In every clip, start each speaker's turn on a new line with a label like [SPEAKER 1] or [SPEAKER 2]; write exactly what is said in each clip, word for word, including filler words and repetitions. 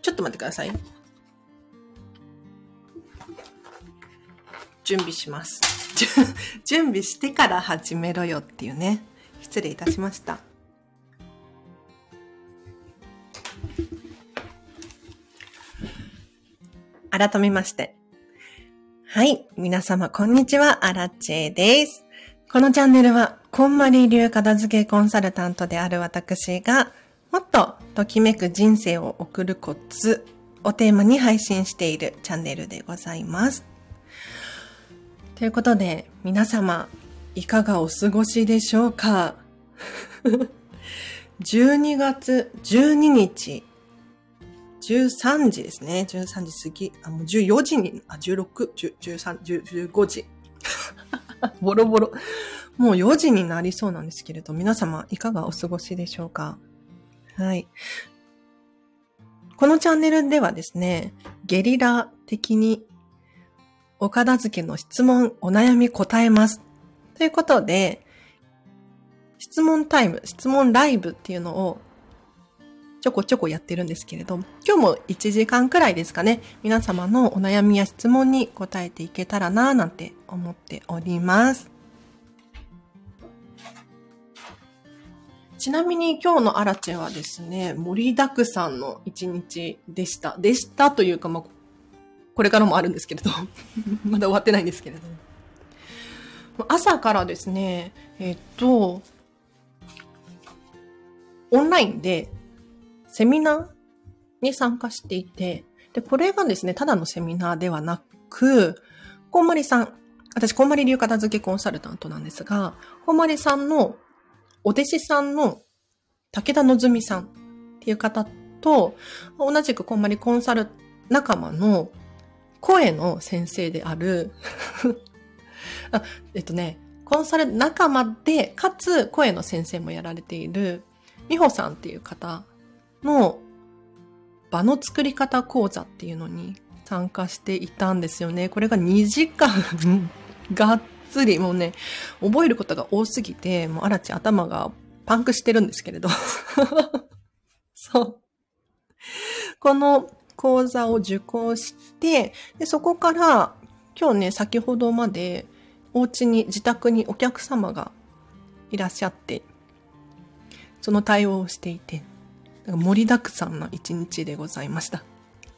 [SPEAKER 1] ちょっと待ってください。準備します。準備してから始めろよっていうね。失礼いたしました。改めまして。はい。皆様、こんにちは。アラチェです。このチャンネルは、こんまり流片付けコンサルタントである私が、もっとときめく人生を送るコツをテーマに配信しているチャンネルでございます。ということで、皆様、いかがお過ごしでしょうか？じゅうにがつじゅうににち、じゅうさんじですね。じゅうさんじ過ぎ。あ、もうじゅうよじに、あ、じゅうろく、じゅう、じゅうさん、じゅう、じゅうごじ。ボロボロ。もうよじになりそうなんですけれど、皆様いかがお過ごしでしょうか？はい。このチャンネルではですね、ゲリラ的にお片付けの質問、お悩み答えます。ということで、質問タイム、質問ライブっていうのをちょこちょこやってるんですけれど、今日もいちじかんくらいですかね、皆様のお悩みや質問に答えていけたらなぁなんて思っております。ちなみに今日のアラチェはですね、盛りだくさんの一日でした。でしたというか、まあ、これからもあるんですけれど、まだ終わってないんですけれど。朝からですね、えっと、オンラインでセミナーに参加していて、で、これがですね、ただのセミナーではなく、こんまりさん、私、こんまり流片付けコンサルタントなんですが、こんまりさんのお弟子さんの武田のぞみさんっていう方と、同じくこんまりコンサル仲間の声の先生である、あ、えっとね、コンサル仲間で、かつ声の先生もやられている、美穂さんっていう方の場の作り方講座っていうのに参加していたんですよね。これがにじかんがっつり、もうね、覚えることが多すぎて、もうあらち頭がパンクしてるんですけれど。そう。この講座を受講して、でそこから今日ね、先ほどまでお家に、自宅にお客様がいらっしゃって、その対応をしていて、盛りだくさんの一日でございました。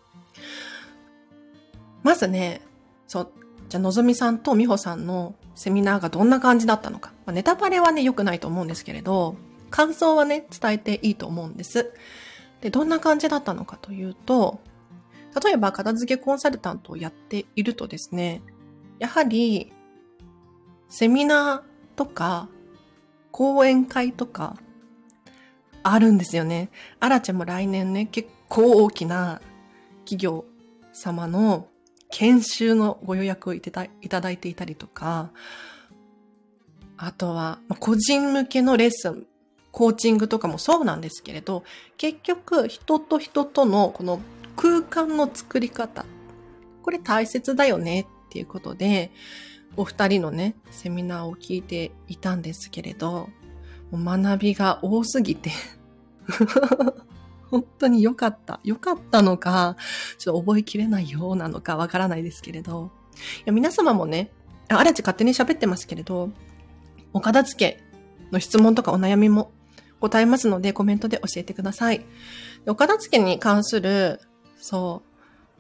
[SPEAKER 1] まずね、そう、じゃあのぞみさんとみほさんのセミナーがどんな感じだったのか。まあ、ネタバレはね、良くないと思うんですけれど、感想はね、伝えていいと思うんです。で、どんな感じだったのかというと、例えば片付けコンサルタントをやっているとですね、やはり、セミナーとか、講演会とか、あるんですよね。あらちゃんも来年ね、結構大きな企業様の研修のご予約をいただいただいていたりとか、あとは個人向けのレッスン、コーチングとかもそうなんですけれど、結局人と人とのこの空間の作り方、これ大切だよねっていうことで、お二人のね、セミナーを聞いていたんですけれど、学びが多すぎて本当に良かった。良かったのか、ちょっと覚えきれないようなのかわからないですけれど。いや皆様もね、あらち勝手に喋ってますけれど、お片付けの質問とかお悩みも答えますのでコメントで教えてください。お片付けに関する、そう、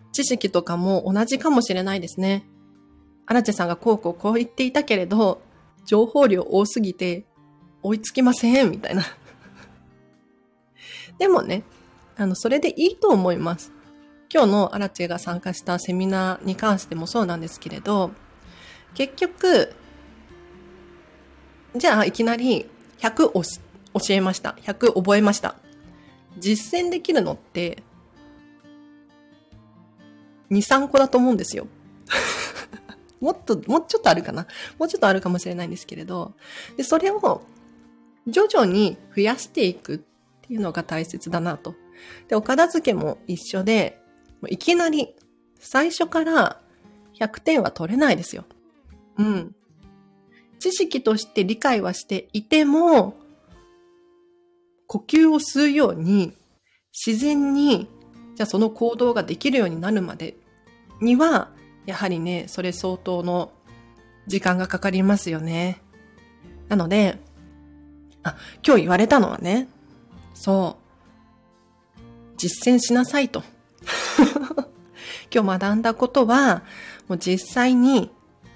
[SPEAKER 1] 知識とかも同じかもしれないですね。あらちさんがこうこうこう言っていたけれど、情報量多すぎて追いつきませんみたいな。でもね、あの、それでいいと思います。今日のアラチェが参加したセミナーに関してもそうなんですけれど、結局、じゃあいきなりひゃく教えました。ひゃく覚えました。実践できるのって、に、さんこだと思うんですよ。もっと、もうちょっとあるかな。もうちょっとあるかもしれないんですけれど、で、それを徐々に増やしていくっていうのが大切だなと。で、お片付けも一緒で、いきなり最初からひゃくてんは取れないですよ。うん。知識として理解はしていても、呼吸を吸うように自然にじゃあその行動ができるようになるまでには、やはりね、それ相当の時間がかかりますよね。なので、あ、今日言われたのはね、そう、実践しなさいと。今日学んだことは、もう実際に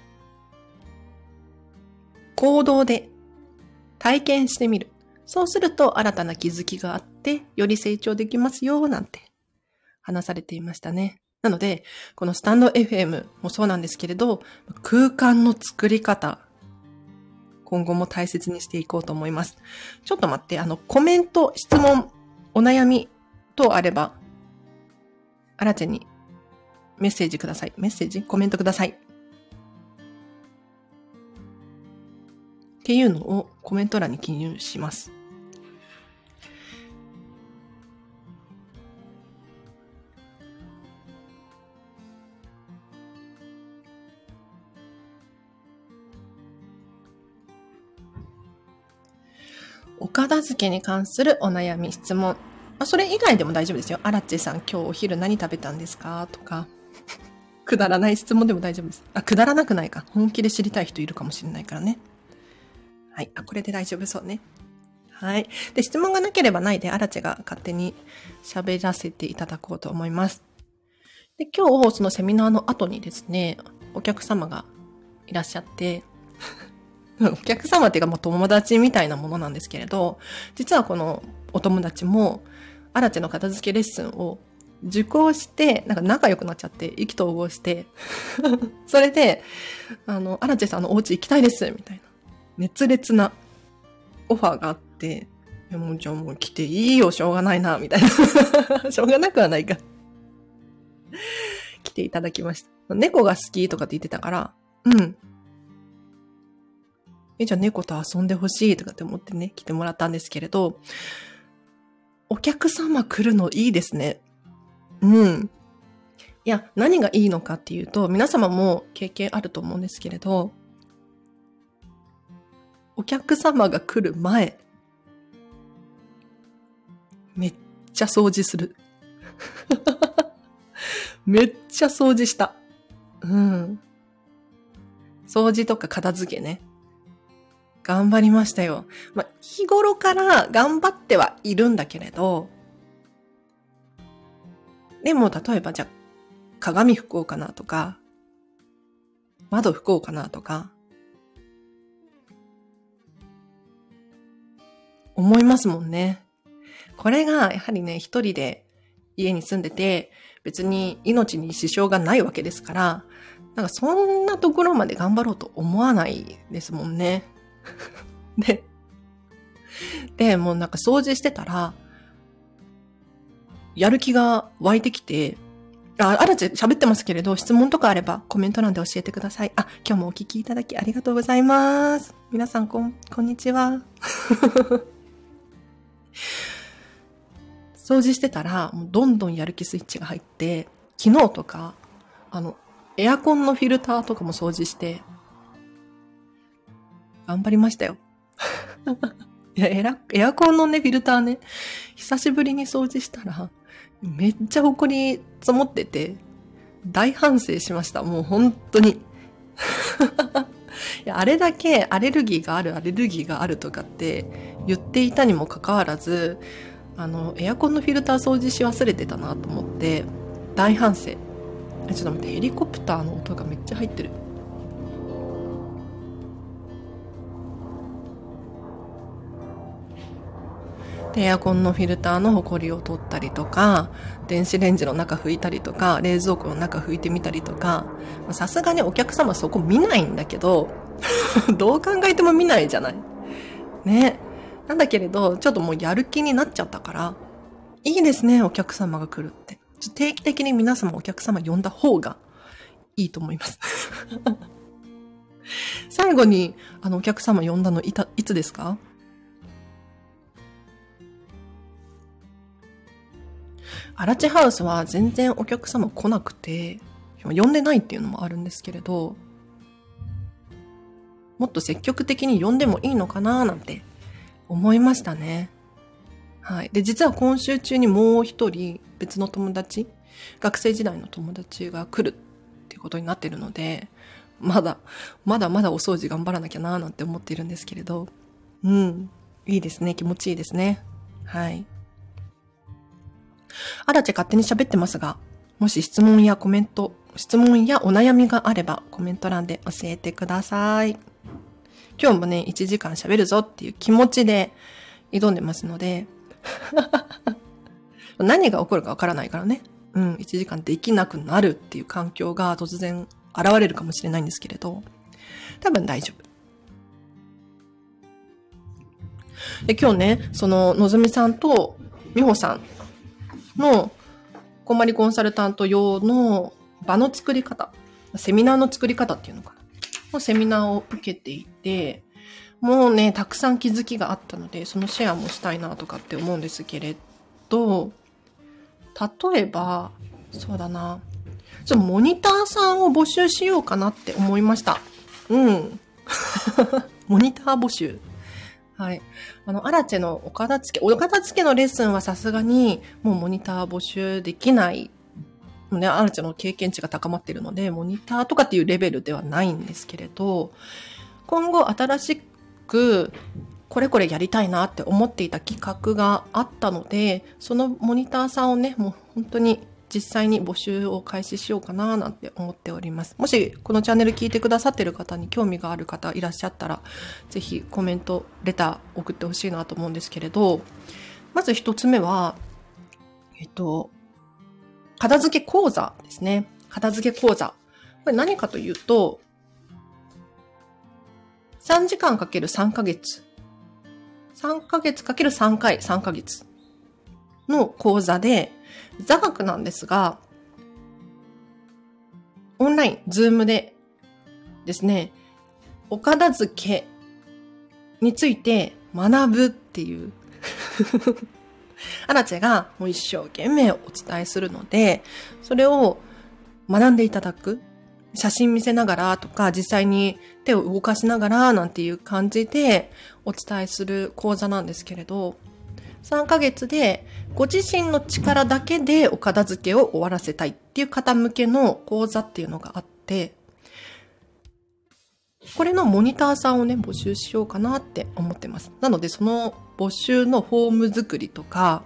[SPEAKER 1] 行動で体験してみる。そうすると新たな気づきがあって、より成長できますよ、なんて話されていましたね。なので、このスタンド エフエム もそうなんですけれど、空間の作り方、今後も大切にしていこうと思います。ちょっと待って、あの、コメント、質問、お悩み等あれば、あらちゃんにメッセージください。メッセージコメントください。っていうのをコメント欄に記入します。お片付けに関するお悩み、質問。それ以外でも大丈夫ですよ。アラッチェさん、今日お昼何食べたんですかとか。くだらない質問でも大丈夫です。あ、くだらなくないか。本気で知りたい人いるかもしれないからね。はい。あ、これで大丈夫そうね。はい。で、質問がなければないで、アラチェが勝手に喋らせていただこうと思います。で、今日、そのセミナーの後にですね、お客様がいらっしゃって、お客様っていうかもう友達みたいなものなんですけれど、実はこのお友達も、アラチェの片付けレッスンを受講して、なんか仲良くなっちゃって、意気投合して、それで、あの、アラチェさんのお家行きたいです、みたいな。熱烈なオファーがあって、もうじゃあもう来ていいよ、しょうがないな、みたいな。しょうがなくはないか。来ていただきました。猫が好きとかって言ってたから、うん。え、じゃあ猫と遊んでほしいとかって思ってね、来てもらったんですけれど、お客様来るのいいですね。うん。いや、何がいいのかっていうと、皆様も経験あると思うんですけれど、お客様が来る前、めっちゃ掃除する。めっちゃ掃除した。うん。掃除とか片付けね。頑張りましたよ。まあ、日頃から頑張ってはいるんだけれど、でも例えばじゃあ、鏡拭こうかなとか、窓拭こうかなとか、思いますもんね。これがやはりね、一人で家に住んでて、別に命に支障がないわけですから、なんかそんなところまで頑張ろうと思わないですもんね。で、で、もうなんか掃除してたら、やる気が湧いてきて、あ、あらち喋ってますけれど、質問とかあればコメント欄で教えてください。あ、今日もお聞きいただきありがとうございます。皆さんこん、こんにちは。掃除してたら、もうどんどんやる気スイッチが入って、昨日とか、あの、エアコンのフィルターとかも掃除して、頑張りましたよ。いやエラ、エアコンのね、フィルターね、久しぶりに掃除したら、めっちゃ埃積もってて、大反省しました。もう本当に。いや、あれだけアレルギーがある、アレルギーがあるとかって言っていたにもかかわらず、あの、エアコンのフィルター掃除し忘れてたなと思って、大反省。ちょっと待って、ヘリコプターの音がめっちゃ入ってる。で、エアコンのフィルターのホコリを取ったりとか、電子レンジの中拭いたりとか、冷蔵庫の中拭いてみたりとか、さすがにお客様そこ見ないんだけど、どう考えても見ないじゃない。ね。なんだけれど、ちょっともうやる気になっちゃったから、いいですね、お客様が来るって。定期的に皆様お客様呼んだ方がいいと思います。最後に、あの、お客様呼んだのいた、いつですか？アラチハウスは全然お客様来なくて、呼んでないっていうのもあるんですけれど、もっと積極的に呼んでもいいのかなーなんて思いましたね。 はい。で、実は今週中にもう一人別の友達、学生時代の友達が来るっていうことになってるので、まだ、まだまだお掃除頑張らなきゃなーなんて思っているんですけれど、うん。いいですね。気持ちいいですね。はい。あらち勝手に喋ってますが、もし質問やコメント、質問やお悩みがあればコメント欄で教えてください。今日もね、いちじかん喋るぞっていう気持ちで挑んでますので、何が起こるかわからないからね。うん、いちじかんできなくなるっていう環境が突然現れるかもしれないんですけれど、多分大丈夫。で、今日ね、その、のぞみさんとみほさんのこんまりコンサルタント用の場の作り方、セミナーの作り方っていうのかなのセミナーを受けていて、もうね、たくさん気づきがあったので、そのシェアもしたいなとかって思うんですけれど、例えば、そうだな、ちょっとモニターさんを募集しようかなって思いました。うん。モニター募集。はい。あの、アラチェのお片付け、お片付けのレッスンはさすがに、もうモニター募集できない。ね、アラチェの経験値が高まっているので、モニターとかっていうレベルではないんですけれど、今後新しく、これこれやりたいなって思っていた企画があったので、そのモニターさんをね、もう本当に実際に募集を開始しようかななんて思っております。もしこのチャンネル聞いてくださっている方に興味がある方いらっしゃったら、ぜひコメント、レター送ってほしいなと思うんですけれど、まず一つ目は、えっと、片付け講座ですね。片付け講座。これ何かというと、さんじかんかけるさんかげつ。さんかげつかけるさんかい、さんかげつの講座で、座学なんですが、オンライン、ズームでですね、お片付けについて学ぶっていう、アラチェがもう一生懸命お伝えするので、それを学んでいただく。写真見せながらとか、実際に手を動かしながらなんていう感じでお伝えする講座なんですけれど、さんかげつでご自身の力だけでお片付けを終わらせたいっていう方向けの講座っていうのがあって、これのモニターさんをね、募集しようかなって思ってます。なのでその募集のフォーム作りとか、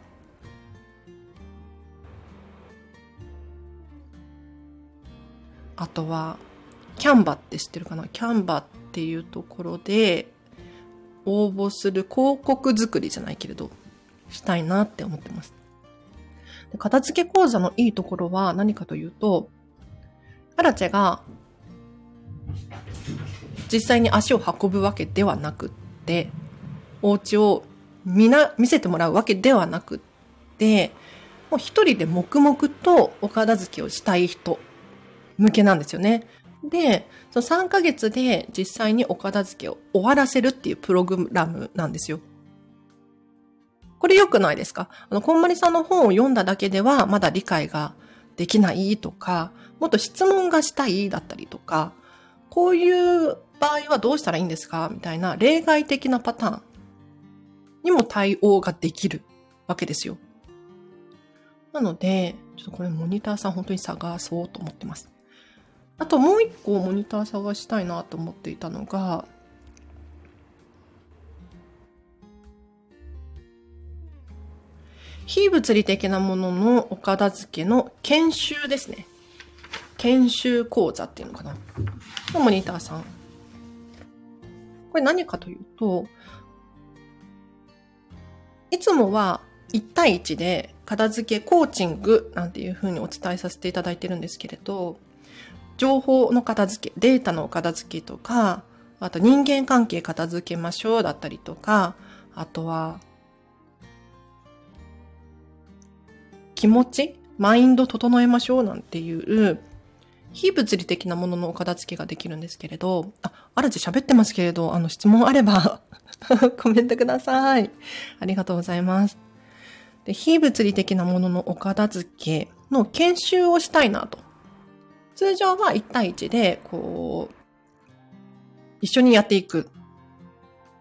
[SPEAKER 1] あとは、キャンバって知ってるかな？キャンバっていうところで応募する広告作りじゃないけれど、したいなって思ってます。で、片付け講座のいいところは何かというと、アラチェが実際に足を運ぶわけではなくって、お家をみな、見せてもらうわけではなくって、もう一人で黙々とお片付けをしたい人向けなんですよね。で、そのさんかげつで実際にお片付けを終わらせるっていうプログラムなんですよ。これ良くないですか？あの、こんまりさんの本を読んだだけではまだ理解ができないとか、もっと質問がしたいだったりとか、こういう場合はどうしたらいいんですかみたいな例外的なパターンにも対応ができるわけですよ。なので、ちょっとこれモニターさん本当に探そうと思ってます。あともう一個モニター探したいなと思っていたのが、非物理的なもののお片付けの研修ですね。研修講座っていうのかなのモニターさん。これ何かというと、いつもはいち対いちで片付けコーチングなんていう風にお伝えさせていただいてるんですけれど、情報の片付け、データの片付けとか、あと人間関係片付けましょうだったりとか、あとは気持ち、マインド整えましょうなんていう非物理的なもののお片付けができるんですけれど、あ、あらち喋ってますけれど、あの質問あればコメントください。ありがとうございます。で、非物理的なもののお片付けの研修をしたいなと。通常はいち対いちで、こう、一緒にやっていく。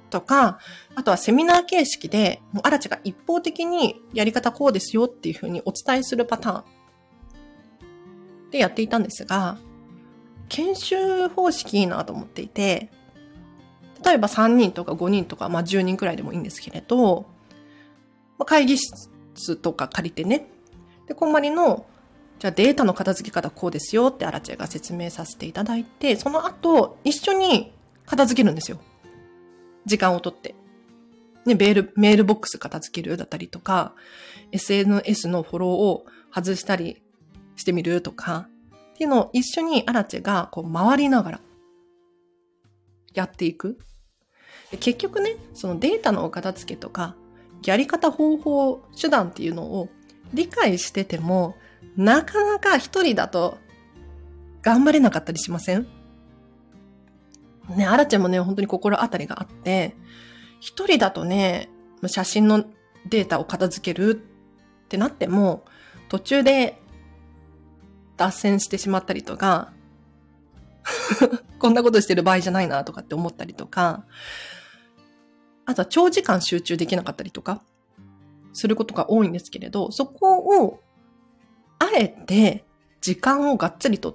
[SPEAKER 1] とか、あとはセミナー形式で、もうアラチェが一方的にやり方こうですよっていうふうにお伝えするパターンでやっていたんですが、研修方式いいなと思っていて、例えばさんにんとかごにんとか、まあじゅうにんくらいでもいいんですけれど、まあ、会議室とか借りてね、で、こんまりの、じゃあデータの片付け方こうですよってアラチェが説明させていただいて、その後一緒に片付けるんですよ。時間をとって。ね、メール、メールボックス片付けるだったりとか、エスエヌエス のフォローを外したりしてみるとか、っていうのを一緒にアラチェがこう回りながらやっていく。で結局ね、そのデータのお片付けとか、やり方方法手段っていうのを理解してても、なかなか一人だと頑張れなかったりしません？ね、アラチェもね、本当に心当たりがあって、一人だとね、写真のデータを片付けるってなっても、途中で脱線してしまったりとか、こんなことしてる場合じゃないなとかって思ったりとか、あとは長時間集中できなかったりとか、することが多いんですけれど、そこを、あえて時間をがっつりとって、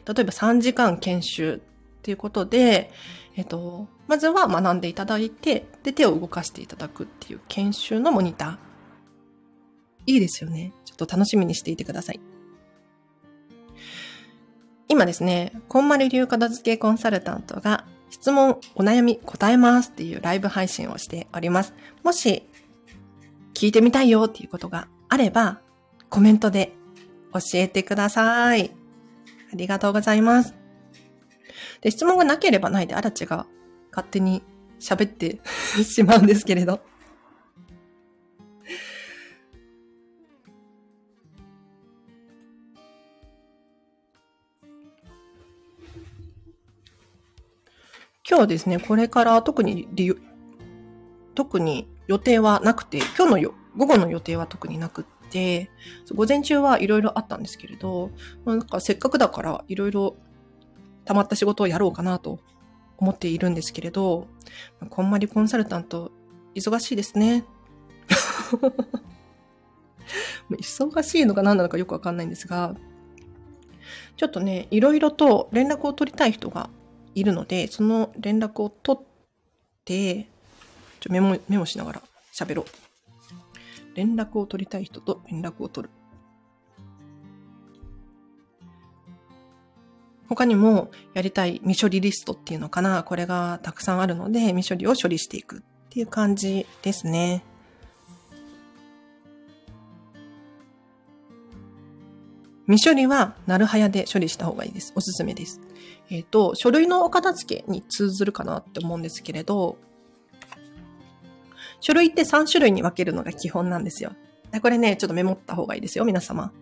[SPEAKER 1] 例えばさんじかん研修っていうことで、えっと、まずは学んでいただいて、で、手を動かしていただくっていう研修のモニター。いいですよね。ちょっと楽しみにしていてください。今ですね、こんまり流片付けコンサルタントが質問、お悩み答えますっていうライブ配信をしております。もし、聞いてみたいよっていうことがあれば、コメントで教えてください。ありがとうございます。で、質問がなければないで、アラチェが勝手に喋ってしまうんですけれど。今日ですね、これから特に理由、特に予定はなくて、今日のよ午後の予定は特になくって、午前中はいろいろあったんですけれど、なんかせっかくだからいろいろ溜まった仕事をやろうかなと思っているんですけれど、こんまりコンサルタント忙しいですね。忙しいのか何なのかよくわかんないんですが、ちょっとね、いろいろと連絡を取りたい人がいるので、その連絡を取って、ちょメモ、メモしながら喋ろう。連絡を取りたい人と連絡を取る。他にもやりたい未処理リストっていうのかな、これがたくさんあるので、未処理を処理していくっていう感じですね。未処理はなるはやで処理した方がいいです。おすすめです。えっと、書類のお片付けに通ずるかなって思うんですけれど、書類ってさん種類に分けるのが基本なんですよ。これね、ちょっとメモった方がいいですよ、皆様。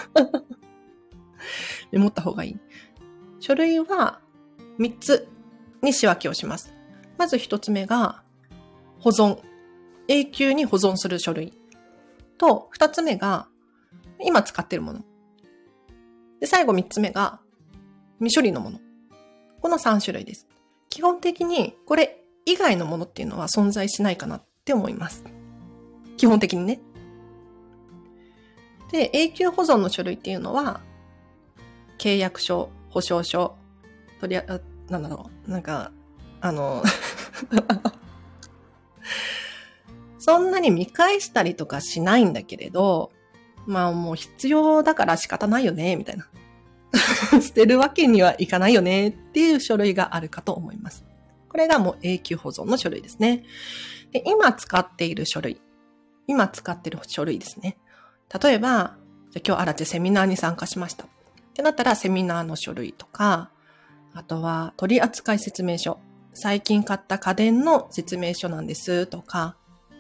[SPEAKER 1] メモった方がいい。書類はみっつに仕分けをします。まずひとつめが保存。永久に保存する書類。と、ふたつめが今使っているもの。で、最後みっつめが未処理のもの。このさん種類です。基本的にこれ以外のものっていうのは存在しないかなって思います。基本的にね。で、永久保存の書類っていうのは契約書、保証書、とりあえず、なんだろう、なんか、あの、そんなに見返したりとかしないんだけれど、まあもう必要だから仕方ないよね、みたいな。捨てるわけにはいかないよね、っていう書類があるかと思います。これがもう永久保存の書類ですね。で、今使っている書類。今使っている書類ですね。例えば、じゃあ今日アラチェセミナーに参加しました。ってなったらセミナーの書類とか、あとは取扱説明書。最近買った家電の説明書なんですとか、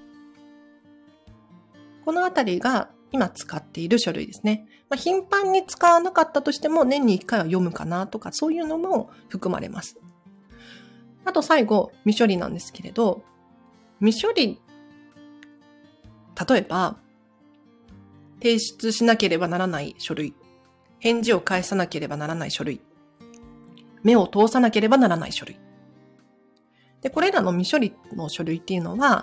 [SPEAKER 1] このあたりが今使っている書類ですね。まあ、頻繁に使わなかったとしても年にいっかいは読むかなとか、そういうのも含まれます。あと最後、未処理なんですけれど、未処理、例えば、提出しなければならない書類。返事を返さなければならない書類。目を通さなければならない書類。 で、これらの未処理の書類っていうのは、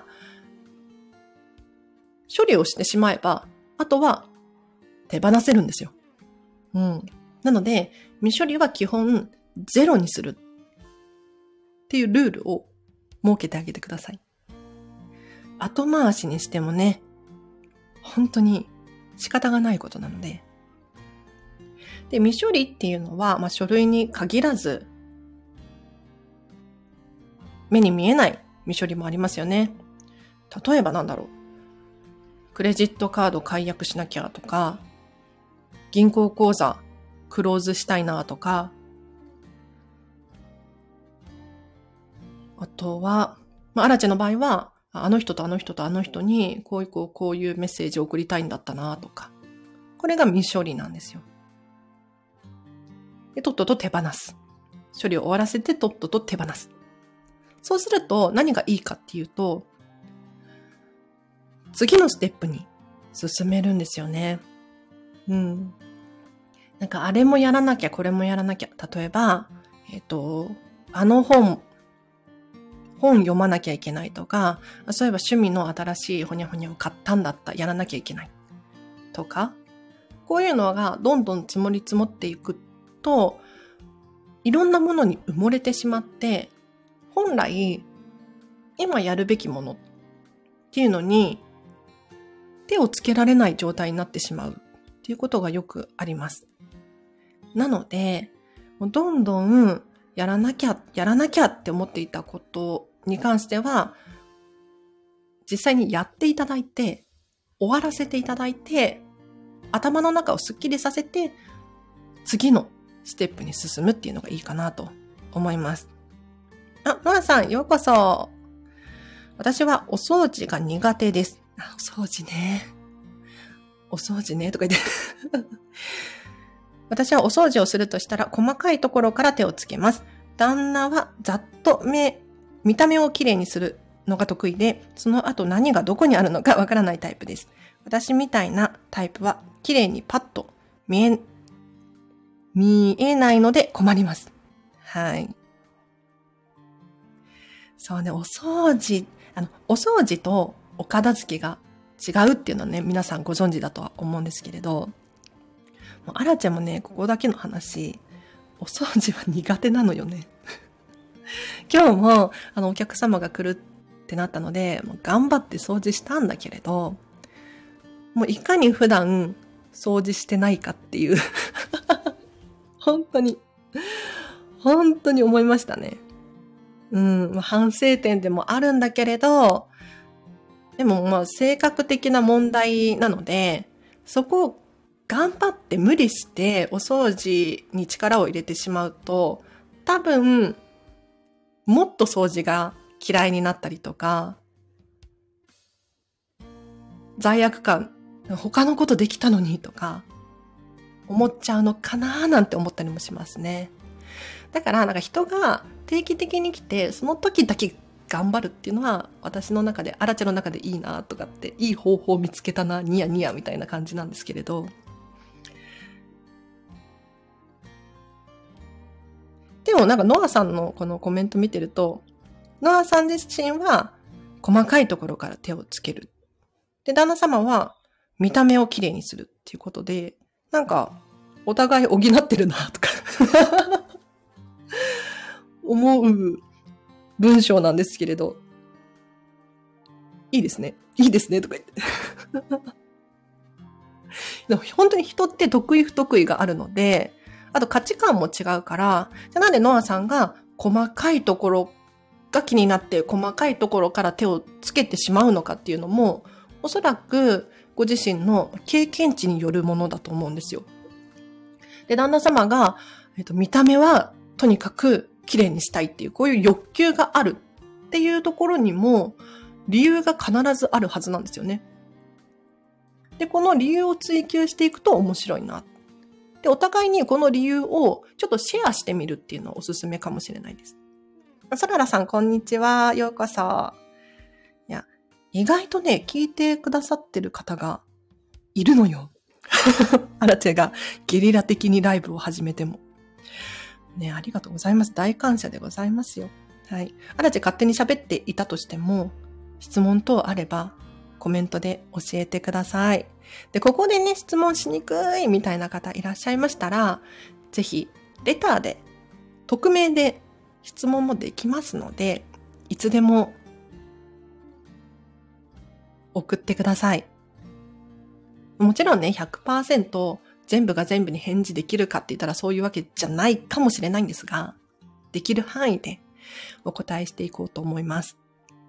[SPEAKER 1] 処理をしてしまえば、あとは手放せるんですよ。うん。なので、未処理は基本ゼロにするっていうルールを設けてあげてください。後回しにしてもね、本当に仕方がないことなので。で、未処理っていうのは、まあ、書類に限らず、目に見えない未処理もありますよね。例えばなんだろう。クレジットカード解約しなきゃとか、銀行口座クローズしたいなとか、あとは、まあ、アラチェの場合は、あの人とあの人とあの人にこういうこうこういうメッセージを送りたいんだったなとか、これが未処理なんですよ。で、とっとと手放す。処理を終わらせてとっとと手放す。そうすると何がいいかっていうと、次のステップに進めるんですよね。うん。なんかあれもやらなきゃこれもやらなきゃ。例えば、えっと、あの本、本読まなきゃいけないとか、そういえば趣味の新しいほにゃほにゃを買ったんだった、やらなきゃいけないとか、こういうのがどんどん積もり積もっていくと、いろんなものに埋もれてしまって、本来今やるべきものっていうのに手をつけられない状態になってしまうっていうことがよくあります。なので、どんどんやらなきゃ、やらなきゃって思っていたことに関しては、実際にやっていただいて、終わらせていただいて、頭の中をスッキリさせて、次のステップに進むっていうのがいいかなと思います。あ、ノアさん、ようこそ。私はお掃除が苦手です。あ、お掃除ね。お掃除ね、とか言って。私はお掃除をするとしたら細かいところから手をつけます。旦那はざっと目、見た目をきれいにするのが得意で、その後何がどこにあるのかわからないタイプです。私みたいなタイプはきれいにパッと見え、見えないので困ります。はい。そうね、お掃除、あの、お掃除とお片付けが違うっていうのはね、皆さんご存知だとは思うんですけれど、もうアラちゃんもね、ここだけの話、お掃除は苦手なのよね。今日も、あの、お客様が来るってなったので、もう頑張って掃除したんだけれど、もういかに普段掃除してないかっていう、本当に、本当に思いましたね。うん、反省点でもあるんだけれど、でもまあ性格的な問題なので、そこを頑張って無理してお掃除に力を入れてしまうと、多分、もっと掃除が嫌いになったりとか、罪悪感、他のことできたのにとか、思っちゃうのかなーなんて思ったりもしますね。だから、なんか人が定期的に来て、その時だけ頑張るっていうのは、私の中で、アラチェの中でいいなとかって、いい方法を見つけたな、ニヤニヤみたいな感じなんですけれど。でもなんかノアさんのこのコメント見てると、ノアさん自身は細かいところから手をつける。で、旦那様は見た目をきれいにするっていうことで、なんかお互い補ってるなとか思う文章なんですけれど、いいですね。いいですねとか言ってでも本当に人って得意不得意があるので、あと価値観も違うから、じゃあなんでノアさんが細かいところが気になって細かいところから手をつけてしまうのかっていうのも、おそらくご自身の経験値によるものだと思うんですよ。で、旦那様が、えっと、見た目はとにかく綺麗にしたいっていう、こういう欲求があるっていうところにも理由が必ずあるはずなんですよね。で、この理由を追求していくと面白いな。で、お互いにこの理由をちょっとシェアしてみるっていうのはおすすめかもしれないです。ソララさん、こんにちは。ようこそ。いや、意外とね、聞いてくださってる方がいるのよ。アラチェがゲリラ的にライブを始めても。ね、ありがとうございます。大感謝でございますよ。 はい。あらち勝手に喋っていたとしても、質問等あればコメントで教えてください。で、ここでね、質問しにくいみたいな方いらっしゃいましたら、ぜひ、レターで、匿名で質問もできますので、いつでも送ってください。もちろんね、ひゃくパーセント 全部が全部に返事できるかって言ったらそういうわけじゃないかもしれないんですが、できる範囲でお答えしていこうと思います。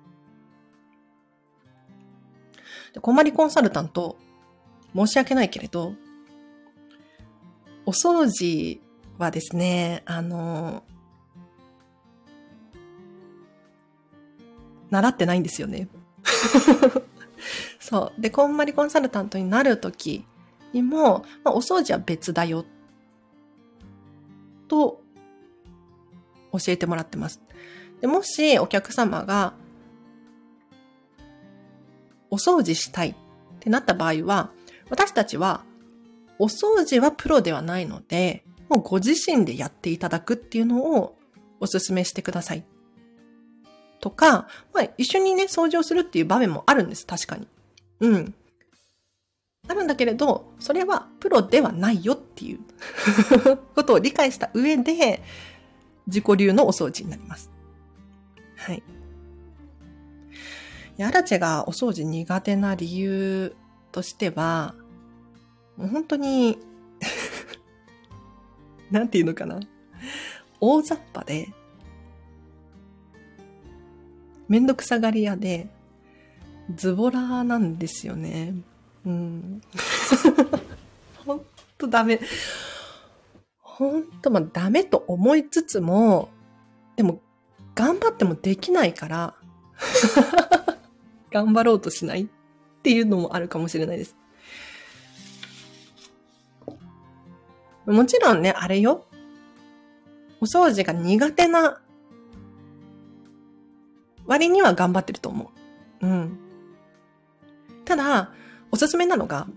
[SPEAKER 1] で、こんまりコンサルタント、申し訳ないけれど、お掃除はですね、あの、習ってないんですよね。そう。で、こんまりコンサルタントになるときにも、まあ、お掃除は別だよ、と教えてもらってます。で、もしお客様がお掃除したいってなった場合は、私たちはお掃除はプロではないので、もうご自身でやっていただくっていうのをお勧めしてください。とか、まあ、一緒にね、掃除をするっていう場面もあるんです、確かに。うん。あるんだけれど、それはプロではないよっていうことを理解した上で、自己流のお掃除になります。はい。アラチェがお掃除苦手な理由としては、もう本当に、なんていうのかな。大雑把で、めんどくさがり屋で、ズボラなんですよね。うん。ほんとダメ。ほんと、まあ、ダメと思いつつも、でも、頑張ってもできないから、頑張ろうとしないっていうのもあるかもしれないです。もちろんね、あれよ。お掃除が苦手な割には頑張ってると思う。うん。ただ、おすすめなのが、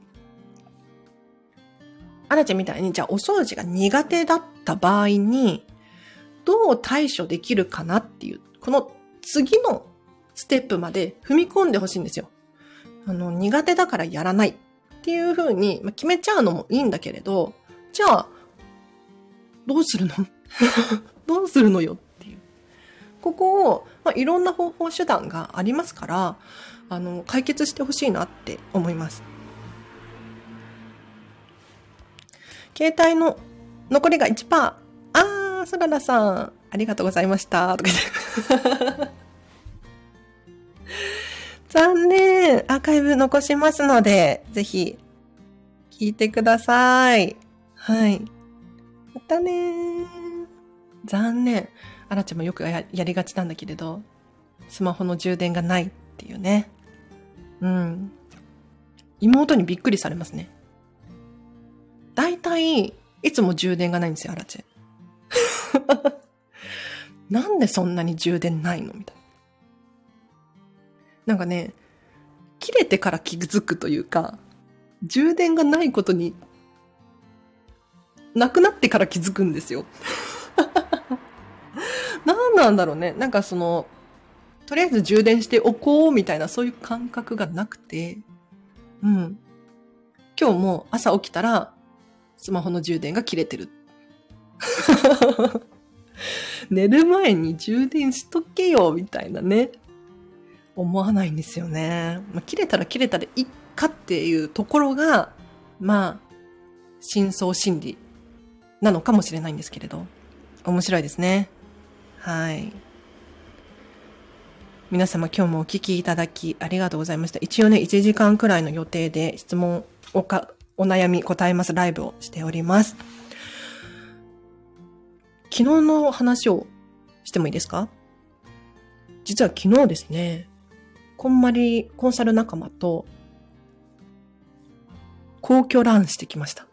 [SPEAKER 1] あらちゃんみたいに、じゃあお掃除が苦手だった場合に、どう対処できるかなっていう、この次のステップまで踏み込んでほしいんですよ。あの、苦手だからやらないっていう風に決めちゃうのもいいんだけれど、じゃあ、どうするのどうするのよっていう。ここを、まあ、いろんな方法手段がありますから、あの、解決してほしいなって思います。携帯の残りが いちパーセント。あー、そららさん、ありがとうございました。とか言って。残念。アーカイブ残しますので、ぜひ、聞いてください。はい。またねー。残念。あらちゃんもよく や, やりがちなんだけれど、スマホの充電がないっていうね。うん。妹にびっくりされますね。だいたい、いつも充電がないんですよ、あらちゃん。なんでそんなに充電ないのみたいな。なんかね、切れてから気づくというか、充電がないことに、なくなってから気づくんですよ。なんなんだろうね。なんかその、とりあえず充電しておこうみたいなそういう感覚がなくて、うん。今日も朝起きたら、スマホの充電が切れてる。寝る前に充電しとけよ、みたいなね。思わないんですよね。まあ、切れたら切れたでいっかっていうところが、まあ、深層心理なのかもしれないんですけれど。面白いですね。はい。皆様今日もお聞きいただきありがとうございました。一応ね、いちじかんくらいの予定で質問おか、お悩み答えますライブをしております。昨日の話をしてもいいですか？実は昨日ですね、こんまりコンサル仲間と皇居ランしてきました。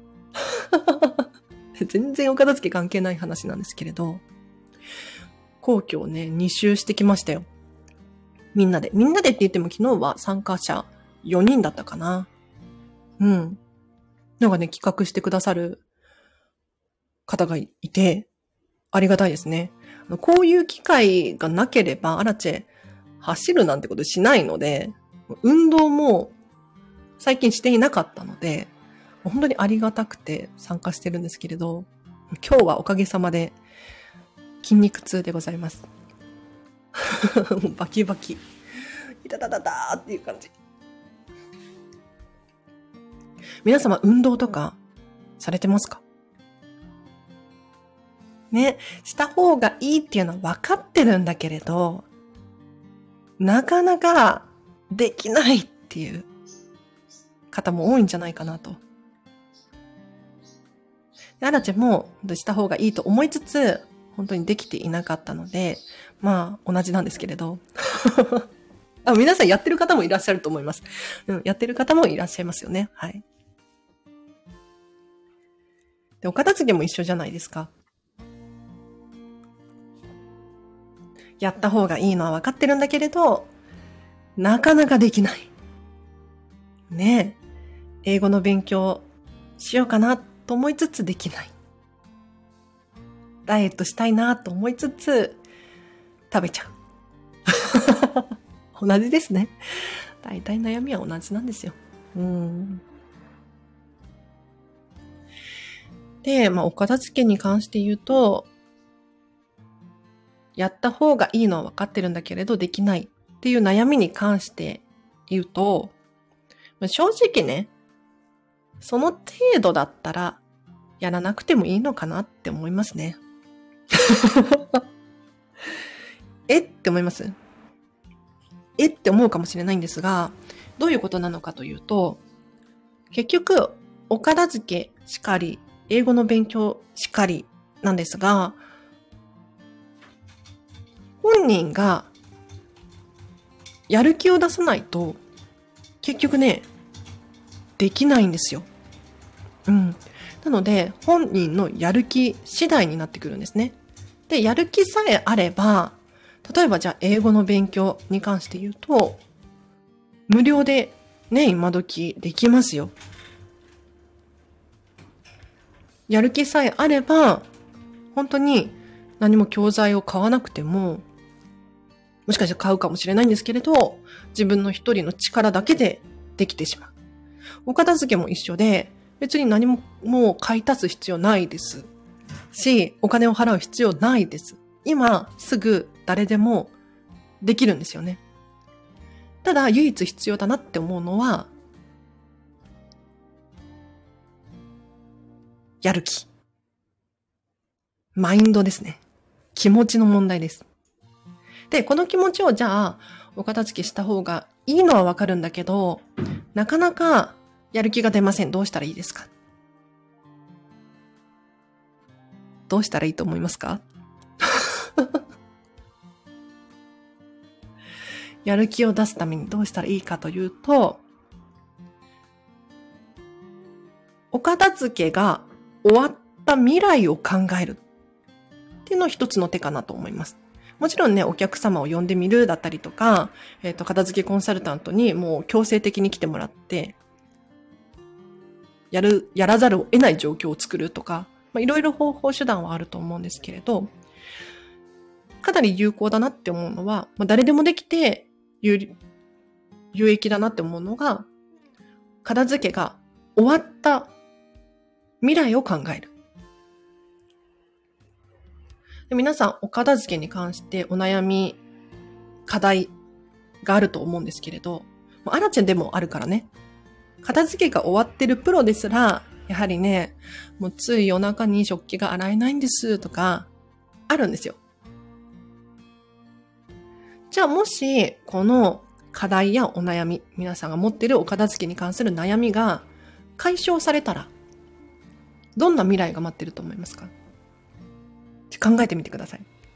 [SPEAKER 1] 全然お片付け関係ない話なんですけれど、皇居をね、に周してきましたよ。みんなで。みんなでって言っても昨日は参加者よにんだったかな。うん。なんかね、企画してくださる方がいて、ありがたいですね。 こういう機会がなければ、アラチェ、走るなんてことしないので、運動も最近していなかったので、本当にありがたくて参加してるんですけれど、今日はおかげさまで筋肉痛でございます。バキバキ。いたたたたーっていう感じ。皆様運動とかされてますか？ね、した方がいいっていうのは分かってるんだけれど、なかなかできないっていう方も多いんじゃないかなと。アラチェもした方がいいと思いつつ、本当にできていなかったので、まあ同じなんですけれど。あ、皆さんやってる方もいらっしゃると思います。うん、やってる方もいらっしゃいますよね。はい。で、お片付けも一緒じゃないですか。やった方がいいのは分かってるんだけれど、なかなかできない。ねえ、英語の勉強しようかなと思いつつできない。ダイエットしたいなと思いつつ食べちゃう。同じですね。大体悩みは同じなんですよ。うん。で、まあ、お片付けに関して言うと、やった方がいいのは分かってるんだけれどできないっていう悩みに関して言うと、正直ね、その程度だったらやらなくてもいいのかなって思いますね。えって思います？えって思うかもしれないんですが、どういうことなのかというと、結局、お片付けしかり、英語の勉強しかりなんですが、本人がやる気を出さないと、結局ね、できないんですよ。うん。なので、本人のやる気次第になってくるんですね。で、やる気さえあれば、例えばじゃあ英語の勉強に関して言うと、無料でね、今時できますよ。やる気さえあれば、本当に何も教材を買わなくても、もしかしたら買うかもしれないんですけれど、自分の一人の力だけでできてしまう。お片付けも一緒で、別に何ももう買い足す必要ないですし、お金を払う必要ないです。今すぐ誰でもできるんですよね。ただ唯一必要だなって思うのは、やる気。マインドですね。気持ちの問題です。で、この気持ちをじゃあ、お片付けした方がいいのはわかるんだけど、なかなかやる気が出ません。どうしたらいいですか？どうしたらいいと思いますか？やる気を出すためにどうしたらいいかというと、お片付けが終わった未来を考えるっていうのを一つの手かなと思います。もちろんね、お客様を呼んでみるだったりとか、えっと、片付けコンサルタントにもう強制的に来てもらって、やる、やらざるを得ない状況を作るとか、まあ、いろいろ方法手段はあると思うんですけれど、かなり有効だなって思うのは、まあ、誰でもできて有、有益だなって思うのが、片付けが終わった未来を考える。で、皆さん、お片付けに関してお悩み、課題があると思うんですけれど、アラチェでもあるからね。片付けが終わってるプロですら、やはりね、もうつい夜中に食器が洗えないんですとか、あるんですよ。じゃあもし、この課題やお悩み、皆さんが持っているお片付けに関する悩みが解消されたら、どんな未来が待ってると思いますか？考えてみてください。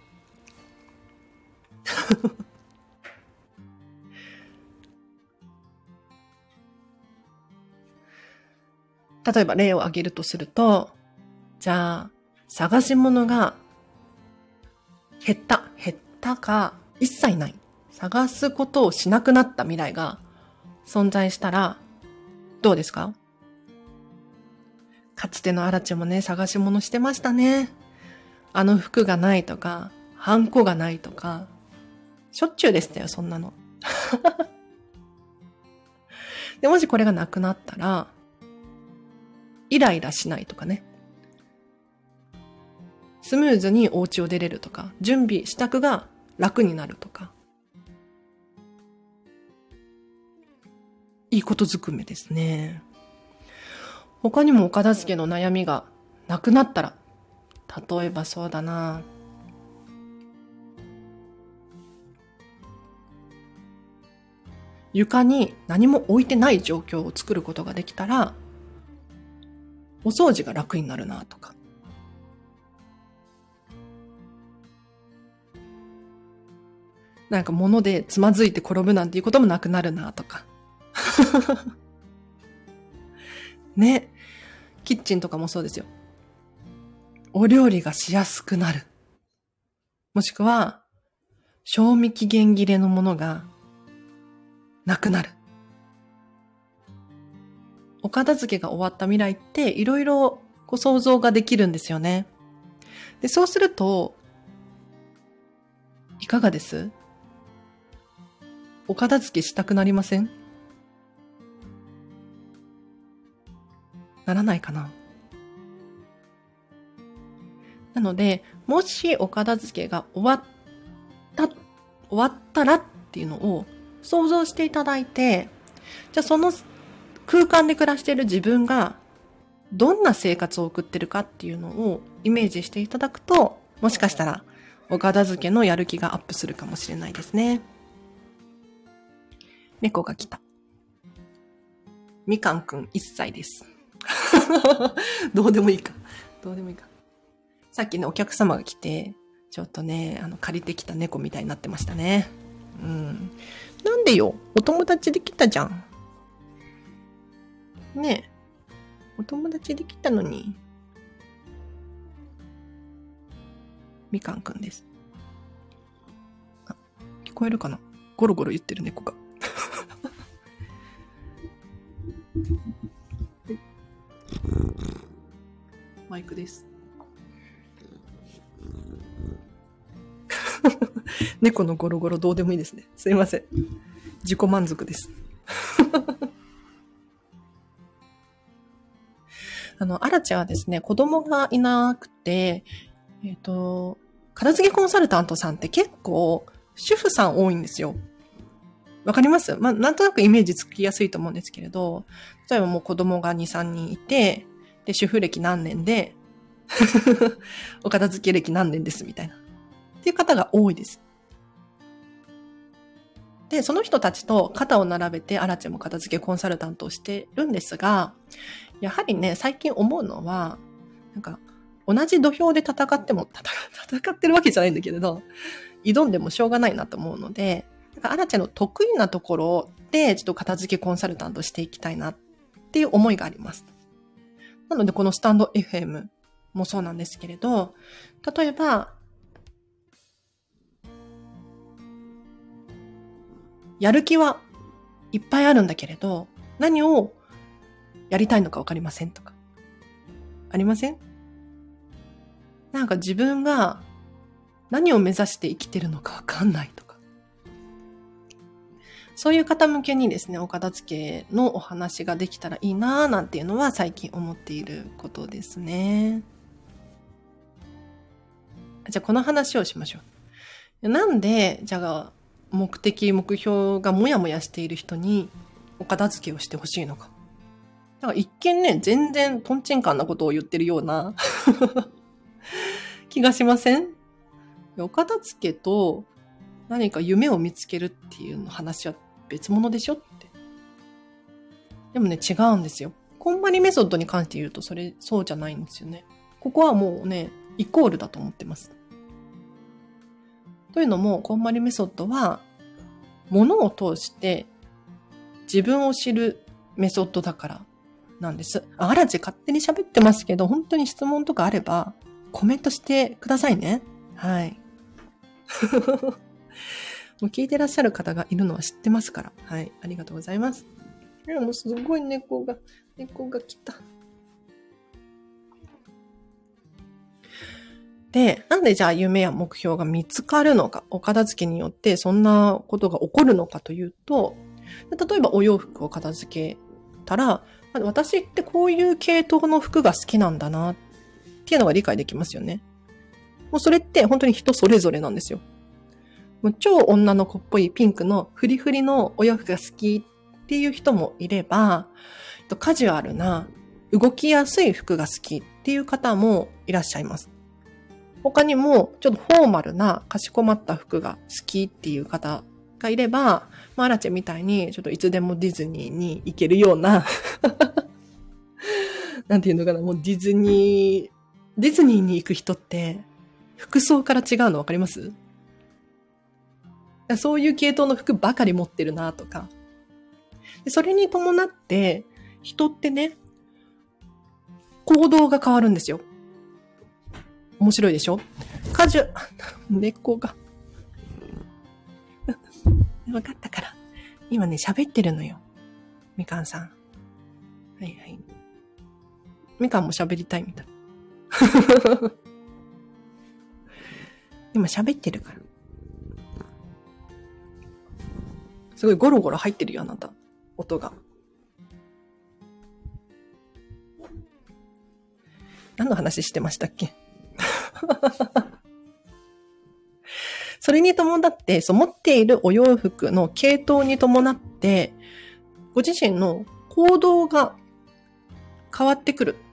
[SPEAKER 1] 例えば例を挙げるとすると、じゃあ、探し物が減った、減ったか、一切ない。探すことをしなくなった未来が存在したら、どうですか？かつてのアラチェもね、探し物してましたね。あの服がないとか、 ハンコがないとか、しょっちゅうでしたよ、そんなの。で、もしこれがなくなったら、イライラしないとかね。スムーズにお家を出れるとか、準備、支度が楽になるとか。いいことずくめですね。他にもお片付けの悩みがなくなったら、例えばそうだな。床に何も置いてない状況を作ることができたら、お掃除が楽になるなとか。なんか物でつまずいて転ぶなんていうこともなくなるなとか。ね。キッチンとかもそうですよ。お料理がしやすくなる。もしくは、賞味期限切れのものがなくなる。お片付けが終わった未来っていろいろこう想像ができるんですよね。で、そうすると、いかがです？お片付けしたくなりません？ならないかな。なので、もしお片付けが終わった、終わったらっていうのを想像していただいて、じゃあその空間で暮らしている自分がどんな生活を送ってるかっていうのをイメージしていただくと、もしかしたらお片付けのやる気がアップするかもしれないですね。猫が来た。みかんくんいっさいです。どうでもいいか。どうでもいいか。さっきね、お客様が来て、ちょっとね、あの、借りてきた猫みたいになってましたね。うん。なんでよ、お友達できたじゃん。ねえ。お友達できたのに。みかんくんです。あ、聞こえるかな？ゴロゴロ言ってる猫が。マイクです。猫のゴロゴロどうでもいいですね。すいません。自己満足です。あの、アラチはですね、子供がいなくて、えっと、片付けコンサルタントさんって結構主婦さん多いんですよ。わかります？まあ、なんとなくイメージつきやすいと思うんですけれど、例えばもう子供がに、さんにんいて、で、主婦歴何年で、お片付け歴何年ですみたいな。っていう方が多いです。で、その人たちと肩を並べて、アラチェも片付けコンサルタントをしてるんですが、やはりね、最近思うのは、なんか、同じ土俵で戦っても、戦ってるわけじゃないんだけれど、挑んでもしょうがないなと思うので、なんかアラチェの得意なところで、ちょっと片付けコンサルタントしていきたいなっていう思いがあります。なので、このスタンド エフエム もそうなんですけれど、例えば、やる気はいっぱいあるんだけれど、何をやりたいのかわかりませんとか。ありません？なんか自分が何を目指して生きてるのかわかんないとか。そういう方向けにですね、お片付けのお話ができたらいいなーなんていうのは最近思っていることですね。じゃあこの話をしましょう。なんで、じゃあ目的、目標がもやもやしている人にお片付けをしてほしいのか。だから一見ね、全然トンチンカンなことを言ってるような気がしません？お片付けと何か夢を見つけるっていうの話は別物でしょって。でもね、違うんですよ。こんまりメソッドに関して言うとそれ、そうじゃないんですよね。ここはもうね、イコールだと思ってます。というのも、こんまりメソッドは、物を通して自分を知るメソッドだからなんです。あらち勝手に喋ってますけど、本当に質問とかあればコメントしてくださいね。はい。もう聞いてらっしゃる方がいるのは知ってますから。はい。ありがとうございます。いや、もうすごい猫が、猫が来た。 で、なんでじゃあ夢や目標が見つかるのか、お片付けによってそんなことが起こるのかというと、例えばお洋服を片付けたら、私ってこういう系統の服が好きなんだなっていうのが理解できますよね。もうそれって本当に人それぞれなんですよ。もう超女の子っぽいピンクのフリフリのお洋服が好きっていう人もいれば、カジュアルな動きやすい服が好きっていう方もいらっしゃいます。他にもちょっとフォーマルなかしこまった服が好きっていう方がいれば、まあ、アラチェみたいにちょっといつでもディズニーに行けるようななんていうのかな、もうディズニー、ディズニーに行く人って服装から違うのわかります？そういう系統の服ばかり持ってるなとか。それに伴って人ってね、行動が変わるんですよ。面白いでしょ？カジュ、猫が。分かったから。今ね、喋ってるのよ。みかんさん。はいはい。みかんも喋りたいみたい。今喋ってるから。すごいゴロゴロ入ってるよ、あなた。音が。何の話してましたっけ？それに伴って、そう持っているお洋服の系統に伴って、ご自身の行動が変わってくる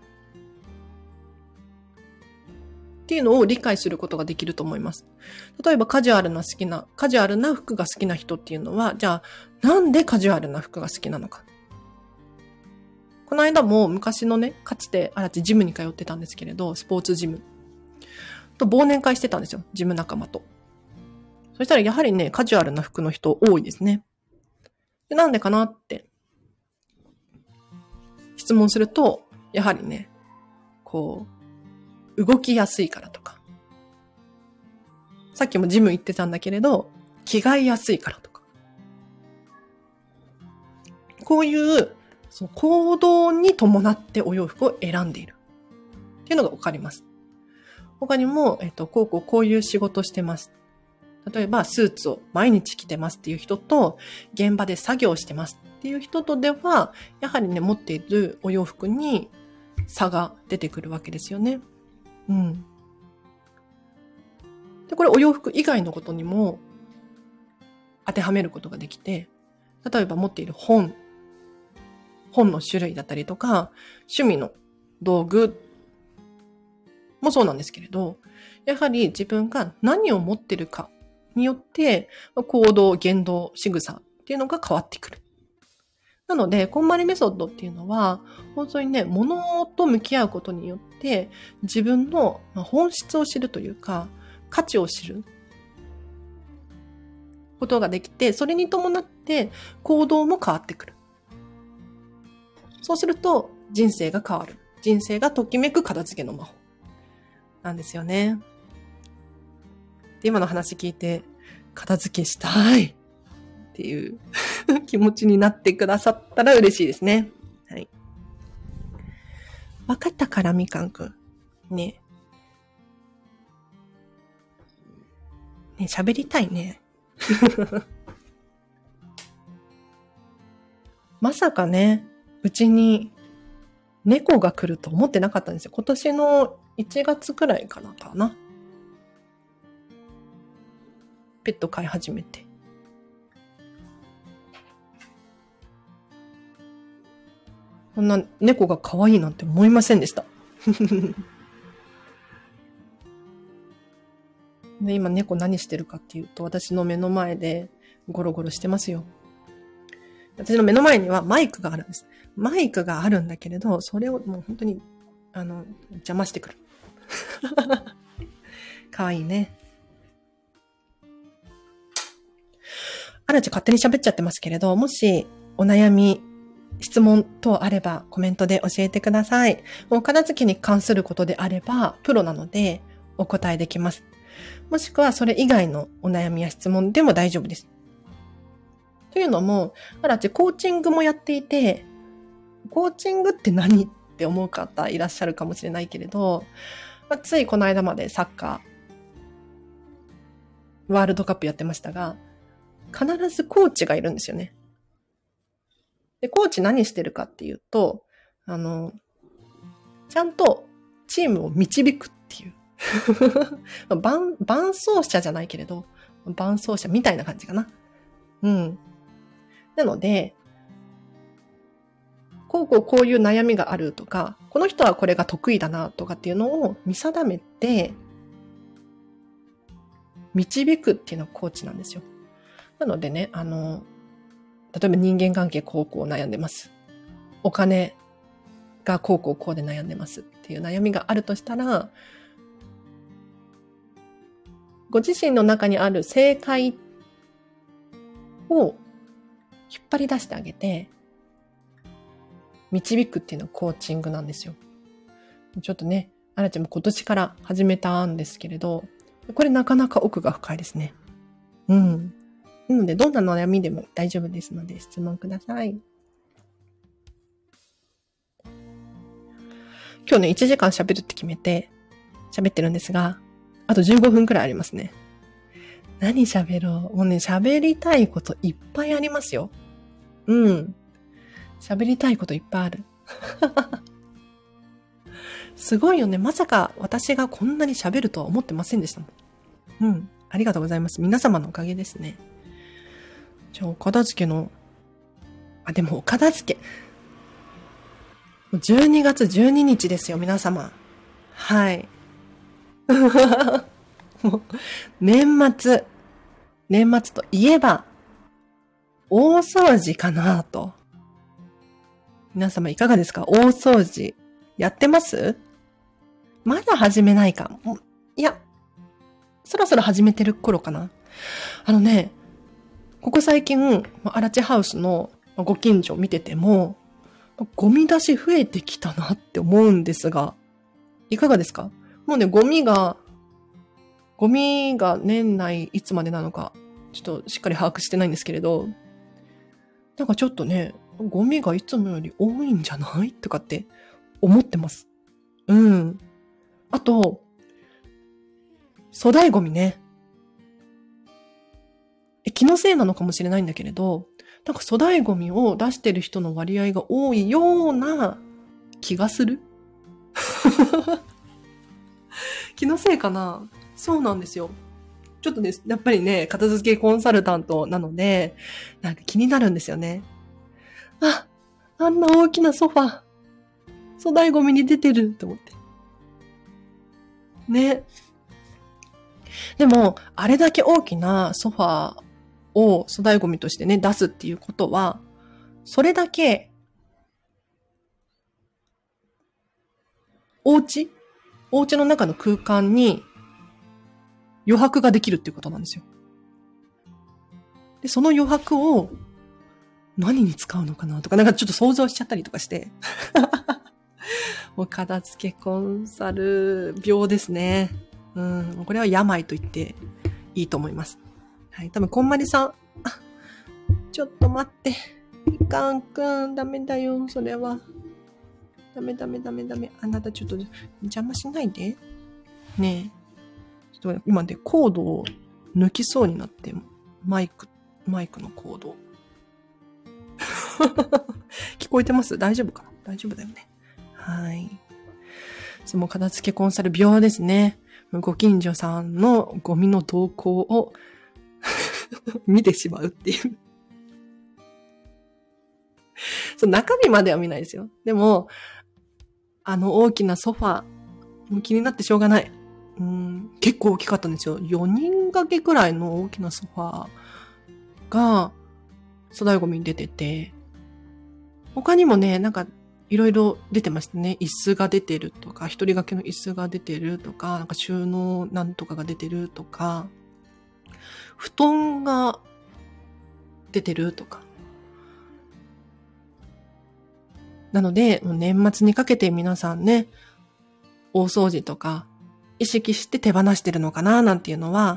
[SPEAKER 1] っていうのを理解することができると思います。例えばカジュアルな好きな、カジュアルな服が好きな人っていうのは、じゃあなんでカジュアルな服が好きなのか。この間も昔のね、かつてあらちジムに通ってたんですけれど、スポーツジムと忘年会してたんですよ、ジム仲間と。そしたらやはりね、カジュアルな服の人多いですね。で、なんでかなって質問すると、やはりね、こう、動きやすいからとか。さっきもジム行ってたんだけれど、着替えやすいからとか。こういうその行動に伴ってお洋服を選んでいるっていうのがわかります。他にも、えっと、こうこうこういう仕事してます。例えば、スーツを毎日着てますっていう人と、現場で作業してますっていう人とでは、やはりね、持っているお洋服に差が出てくるわけですよね。うん。で、これお洋服以外のことにも当てはめることができて、例えば持っている本、本の種類だったりとか、趣味の道具もそうなんですけれど、やはり自分が何を持ってるかによって、行動、言動、仕草っていうのが変わってくる。なので、こんまりメソッドっていうのは、本当にね、物と向き合うことによって、自分の本質を知るというか、価値を知ることができて、それに伴って行動も変わってくる。そうすると、人生が変わる。人生がときめく片付けの魔法。なんですよね。で、今の話聞いて、片付けしたいっていう気持ちになってくださったら嬉しいですね。はい。わかったから、みかんくん。ね。ね、喋りたいね。まさかね、うちに猫が来ると思ってなかったんですよ。今年のいちがつくらいかなかな。ペット飼い始めて。こんな猫が可愛いなんて思いませんでした。で、今猫何してるかっていうと、私の目の前でゴロゴロしてますよ。私の目の前にはマイクがあるんです。マイクがあるんだけれど、それをもう本当に、あの、邪魔してくる。かわいいね。あらち勝手に喋っちゃってますけれど、もしお悩み、質問等あればコメントで教えてください。もう片付けに関することであれば、プロなのでお答えできます。もしくはそれ以外のお悩みや質問でも大丈夫です。というのも、あらちコーチングもやっていて、コーチングって何って思う方いらっしゃるかもしれないけれど、 まあ、ついこの間までサッカー、ワールドカップやってましたが、必ずコーチがいるんですよね。で、コーチ何してるかっていうと、あの、ちゃんとチームを導くっていう。伴、伴走者じゃないけれど、伴走者みたいな感じかな。うん。なので、こうこうこういう悩みがあるとか、この人はこれが得意だなとかっていうのを見定めて、導くっていうのがコーチなんですよ。なのでね、あの、例えば人間関係こうこう悩んでます。お金がこうこうこうで悩んでますっていう悩みがあるとしたら、ご自身の中にある正解を引っ張り出してあげて、導くっていうのがコーチングなんですよ。ちょっとね、あらちゃんも今年から始めたんですけれど、これなかなか奥が深いですね。うん。なので、どんな悩みでも大丈夫ですので、質問ください。今日ね、いちじかん喋るって決めて、喋ってるんですが、あとじゅうごふんくらいありますね。何喋ろう。もうね、喋りたいこといっぱいありますよ。うん。喋りたいこといっぱいある。すごいよね。まさか私がこんなに喋るとは思ってませんでしたもん。うん。ありがとうございます。皆様のおかげですね。じゃあ、お片付けの、あ、でもお片付け。じゅうにがつじゅうににちですよ、皆様。はい。もう年末。年末といえば、大掃除かなと。皆様いかがですか？大掃除。やってます？まだ始めないか。いや、そろそろ始めてる頃かな。あのね、ここ最近、アラチハウスのご近所見てても、ゴミ出し増えてきたなって思うんですが、いかがですか？もうね、ゴミが、ゴミが年内いつまでなのか、ちょっとしっかり把握してないんですけれど、なんかちょっとね、ゴミがいつもより多いんじゃないとかって思ってます。うん。あと、粗大ゴミね。え、気のせいなのかもしれないんだけれど、なんか粗大ゴミを出してる人の割合が多いような気がする。気のせいかな？そうなんですよ。ちょっとね、やっぱりね、片付けコンサルタントなので、なんか気になるんですよね。あ、あんな大きなソファ、粗大ゴミに出てると思って。ね。でも、あれだけ大きなソファを粗大ゴミとしてね、出すっていうことは、それだけ、お家お家の中の空間に余白ができるっていうことなんですよ。で、その余白を何に使うのかなとか、なんかちょっと想像しちゃったりとかして。もう片付けコンサル病ですね。うん、これは病と言っていいと思います。はい、多分こんまりさん、あ、ちょっと待って。いかんくん、ダメだよ、それは。ダメダメダメダメ。あなたちょっと邪魔しないで。ねえ。ちょっと今ね、コードを抜きそうになって、マイク、マイクのコード。聞こえてます？大丈夫かな？大丈夫だよね。はい。その片付けコンサル病ですね。ご近所さんのゴミの動向を見てしまうっていう。その中身までは見ないですよ。でも、あの大きなソファ、もう気になってしょうがない。うん、結構大きかったんですよ。よにん掛けくらいの大きなソファが粗大ゴミに出てて、他にもね、なんかいろいろ出てましたね。椅子が出てるとか、一人掛けの椅子が出てるとか、なんか収納なんとかが出てるとか、布団が出てるとか。なので、年末にかけて皆さんね、大掃除とか意識して手放してるのかななんていうのは、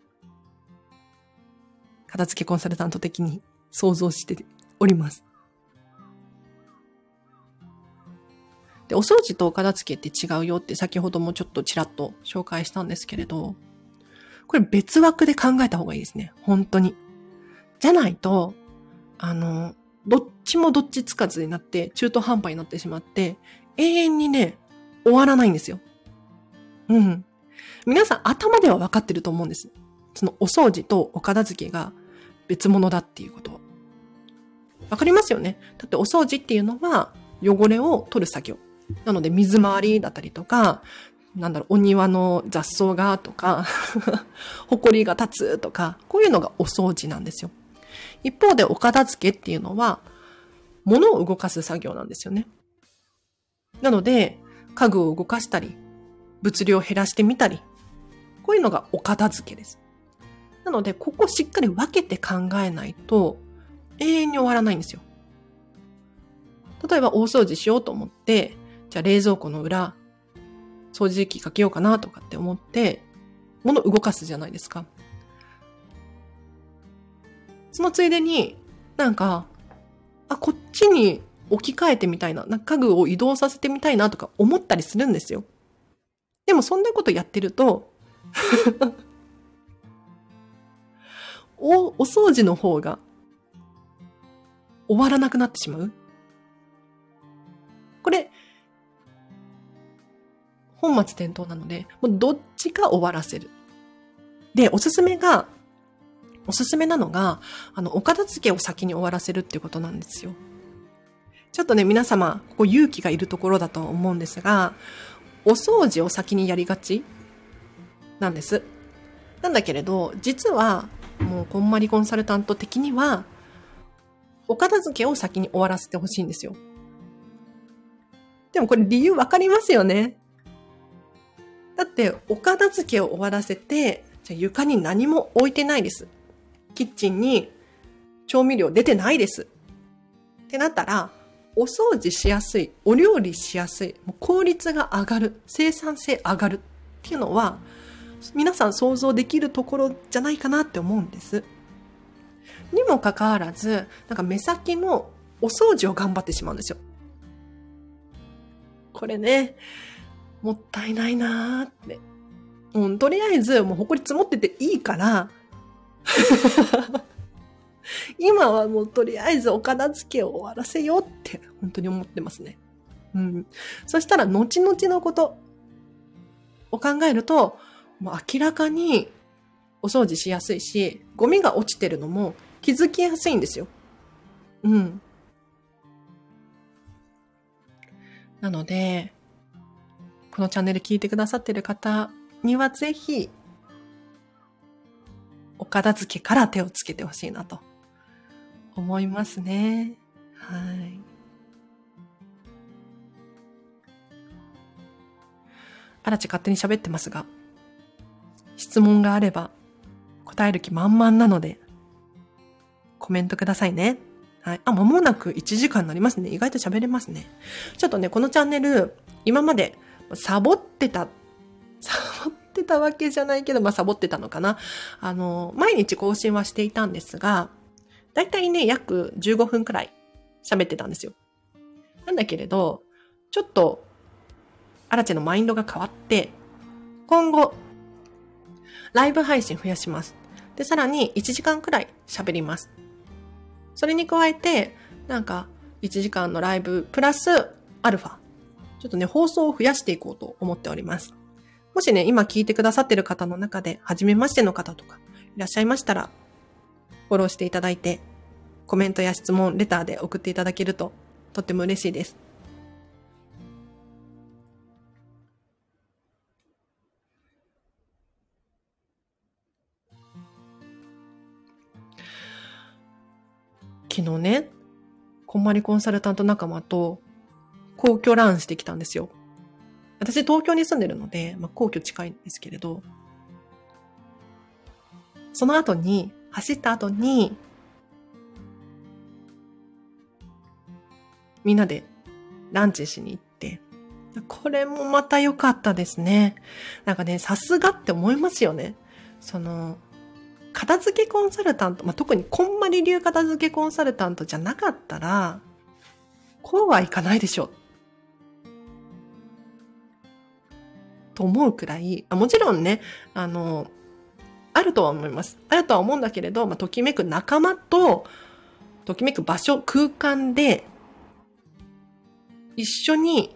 [SPEAKER 1] 片付けコンサルタント的に想像しております。 で、お掃除とお片付けって違うよって先ほどもちょっとちらっと紹介したんですけれど、これ別枠で考えた方がいいですね。本当に。じゃないと、あの、どっちもどっちつかずになって中途半端になってしまって、永遠にね、終わらないんですよ。うん。皆さん頭では分かってると思うんです。そのお掃除とお片付けが別物だっていうこと。わかりますよね。だってお掃除っていうのは汚れを取る作業。なので水回りだったりとか、なんだろう、お庭の雑草がとか、埃が立つとか、こういうのがお掃除なんですよ。一方でお片付けっていうのは、物を動かす作業なんですよね。なので、家具を動かしたり、物量を減らしてみたり、こういうのがお片付けです。なので、ここをしっかり分けて考えないと、永遠に終わらないんですよ。例えば、大掃除しようと思って、じゃあ冷蔵庫の裏、掃除機かけようかなとかって思って、物を動かすじゃないですか。そのついでに、なんか、あ、こっちに置き換えてみたいな、なんか家具を移動させてみたいなとか思ったりするんですよ。でもそんなことやってると、お、お掃除の方が終わらなくなってしまう。これ、本末転倒なので、もうどっちか終わらせる。で、おすすめが、おすすめなのが、あの、お片付けを先に終わらせるっていうことなんですよ。ちょっとね、皆様、ここ勇気がいるところだと思うんですが、お掃除を先にやりがちなんです。なんだけれど、実は、もう、こんまりコンサルタント的には、お片付けを先に終わらせてほしいんですよ。でもこれ理由わかりますよね。だって、お片付けを終わらせて、じゃあ床に何も置いてないです。キッチンに調味料出てないです。ってなったら、お掃除しやすい、お料理しやすい、もう効率が上がる、生産性上がるっていうのは、皆さん想像できるところじゃないかなって思うんです。にもかかわらず、なんか目先のお掃除を頑張ってしまうんですよ。これね、もったいないなーって。うん、とりあえず、もう埃積もってていいから、今はもうとりあえずお片付けを終わらせようって本当に思ってますね。うん。そしたら後々のことを考えると、もう明らかにお掃除しやすいし、ゴミが落ちてるのも気づきやすいんですよ。うん。なので、このチャンネル聞いてくださってる方にはぜひ、お片付けから手をつけてほしいなと思いますね。はい。あらち勝手に喋ってますが、質問があれば答える気満々なので、コメントくださいね。はい。あ、間もなくいちじかんになりますね。意外と喋れますね。ちょっとね、このチャンネル、今までサボってた、サボってたわけじゃないけど、まあサボってたのかな。あの、毎日更新はしていたんですが、だいたいね、約じゅうごふんくらい喋ってたんですよ。なんだけれど、ちょっと、アラチェのマインドが変わって、今後、ライブ配信増やします。で、さらにいちじかんくらい喋ります。それに加えて、なんか、いちじかんのライブプラスアルファ。ちょっとね、放送を増やしていこうと思っております。もしね、今聞いてくださってる方の中で、初めましての方とかいらっしゃいましたら、フォローしていただいて、コメントや質問、レターで送っていただけると、とっても嬉しいです。昨日ね、こんまりコンサルタント仲間と皇居ランしてきたんですよ。私東京に住んでるので、まあ、皇居近いんですけれど、その後に、走った後に、みんなでランチしに行って、これもまた良かったですね。なんかね、さすがって思いますよね。その、片付けコンサルタント、まあ、特にこんまり流片付けコンサルタントじゃなかったら、こうはいかないでしょ。 と思うくらい、もちろんね、あの、あるとは思います。あるとは思うんだけれど、まあ、ときめく仲間と、ときめく場所、空間で、一緒に、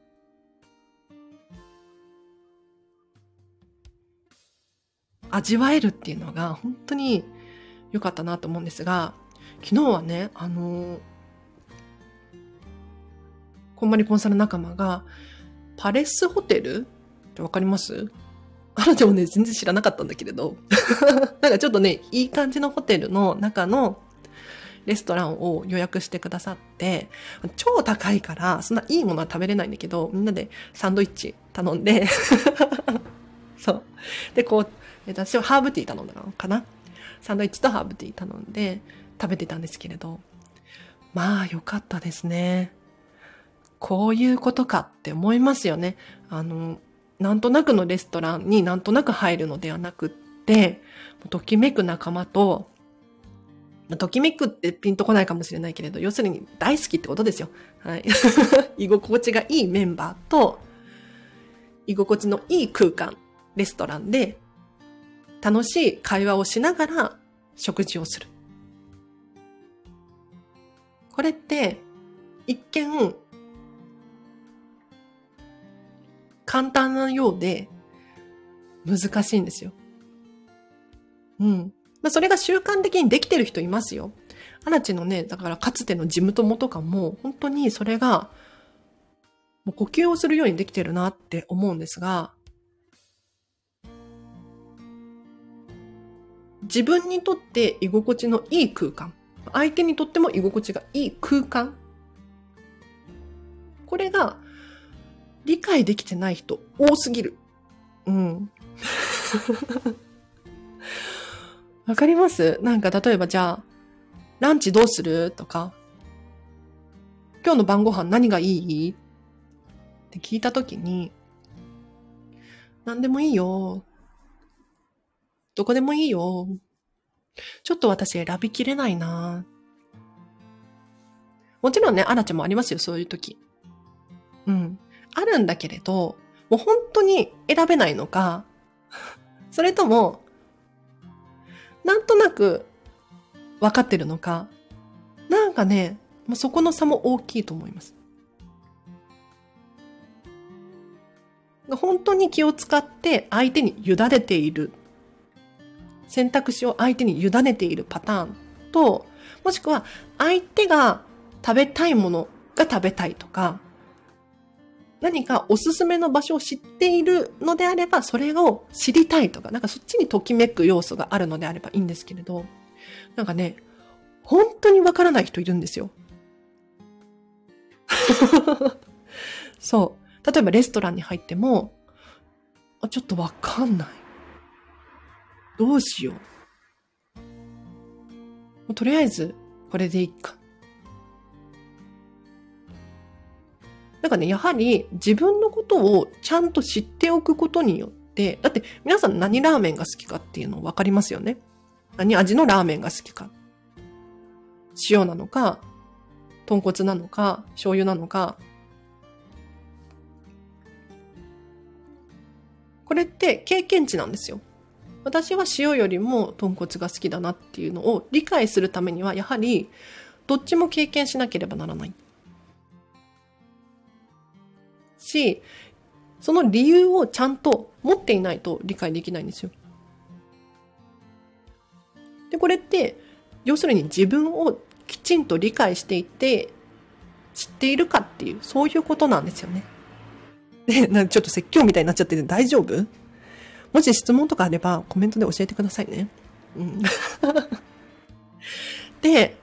[SPEAKER 1] 味わえるっていうのが、本当に良かったなと思うんですが、昨日はね、あの、こんまりコンサル仲間が、パレスホテルってわかります？あなたもね、全然知らなかったんだけれど。なんかちょっとね、いい感じのホテルの中のレストランを予約してくださって、超高いから、そんないいものは食べれないんだけど、みんなでサンドイッチ頼んで、そう。で、こう、私はハーブティー頼んだのかな？サンドイッチとハーブティー頼んで食べてたんですけれど、まあ良かったですね。こういうことかって思いますよね。あの、なんとなくのレストランになんとなく入るのではなくって、ときめく仲間と、ときめくってピンとこないかもしれないけれど、要するに大好きってことですよ。はい。居心地がいいメンバーと、居心地のいい空間、レストランで、楽しい会話をしながら食事をする。これって、一見、簡単なようで難しいんですよ。うん。まあ、それが習慣的にできてる人いますよ。アラチのね、だからかつてのジム友とかも本当にそれがもう呼吸をするようにできてるなって思うんですが、自分にとって居心地のいい空間、相手にとっても居心地がいい空間、これが理解できてない人多すぎる。うん。わかります？なんか例えばじゃあ、ランチどうする？とか、今日の晩ご飯何がいい？って聞いたときに、何でもいいよ。どこでもいいよ。ちょっと私選びきれないな。もちろんね、アラちゃんもありますよ、そういうとき。うん。あるんだけれど、もう本当に選べないのか、それとも、なんとなく分かってるのか、なんかね、もうそこの差も大きいと思います。本当に気を使って相手に委ねている、選択肢を相手に委ねているパターンと、もしくは相手が食べたいものが食べたいとか、何かおすすめの場所を知っているのであれば、それを知りたいとか、なんかそっちにときめく要素があるのであればいいんですけれど、なんかね、本当にわからない人いるんですよ。そう。例えばレストランに入っても、あ、ちょっとわかんない。どうしよう。もうとりあえず、これでいいか。なんかね、やはり自分のことをちゃんと知っておくことによって、だって皆さん何ラーメンが好きかっていうの分かりますよね。何味のラーメンが好きか。塩なのか、豚骨なのか、醤油なのか。これって経験値なんですよ。私は塩よりも豚骨が好きだなっていうのを理解するためには、やはりどっちも経験しなければならない。し、その理由をちゃんと持っていないと理解できないんですよ。で、これって、要するに自分をきちんと理解していて、知っているかっていう、そういうことなんですよね。で、なんかちょっと説教みたいになっちゃってて大丈夫？もし質問とかあればコメントで教えてくださいね。うん、で、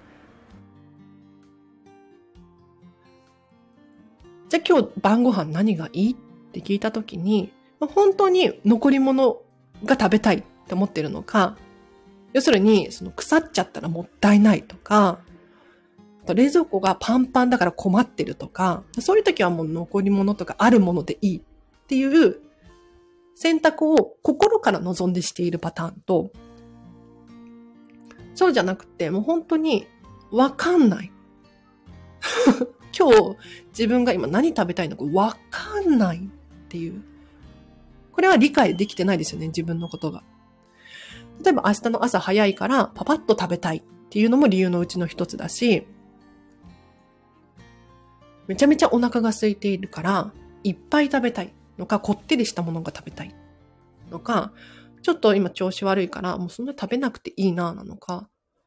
[SPEAKER 1] じゃあ今日晩ご飯何がいいって聞いたときに、本当に残り物が食べたいって思ってるのか、要するにその腐っちゃったらもったいないとか、冷蔵庫がパンパンだから困ってるとか、そういう時はもう残り物とかあるものでいいっていう選択を心から望んでしているパターンと、そうじゃなくてもう本当にわかんない。今日自分が今何食べたいのかわかんないっていう。 これは理解できてないですよね、自分のことが。例えば明日の朝早いからパパッと食べたいっていうのも理由のうちの一つだし、めちゃめちゃお腹が空いているからいっぱい食べたいのか、こってりしたものが食べたいのか、ちょっと今調子悪いからもうそんな食べなくていいななのか、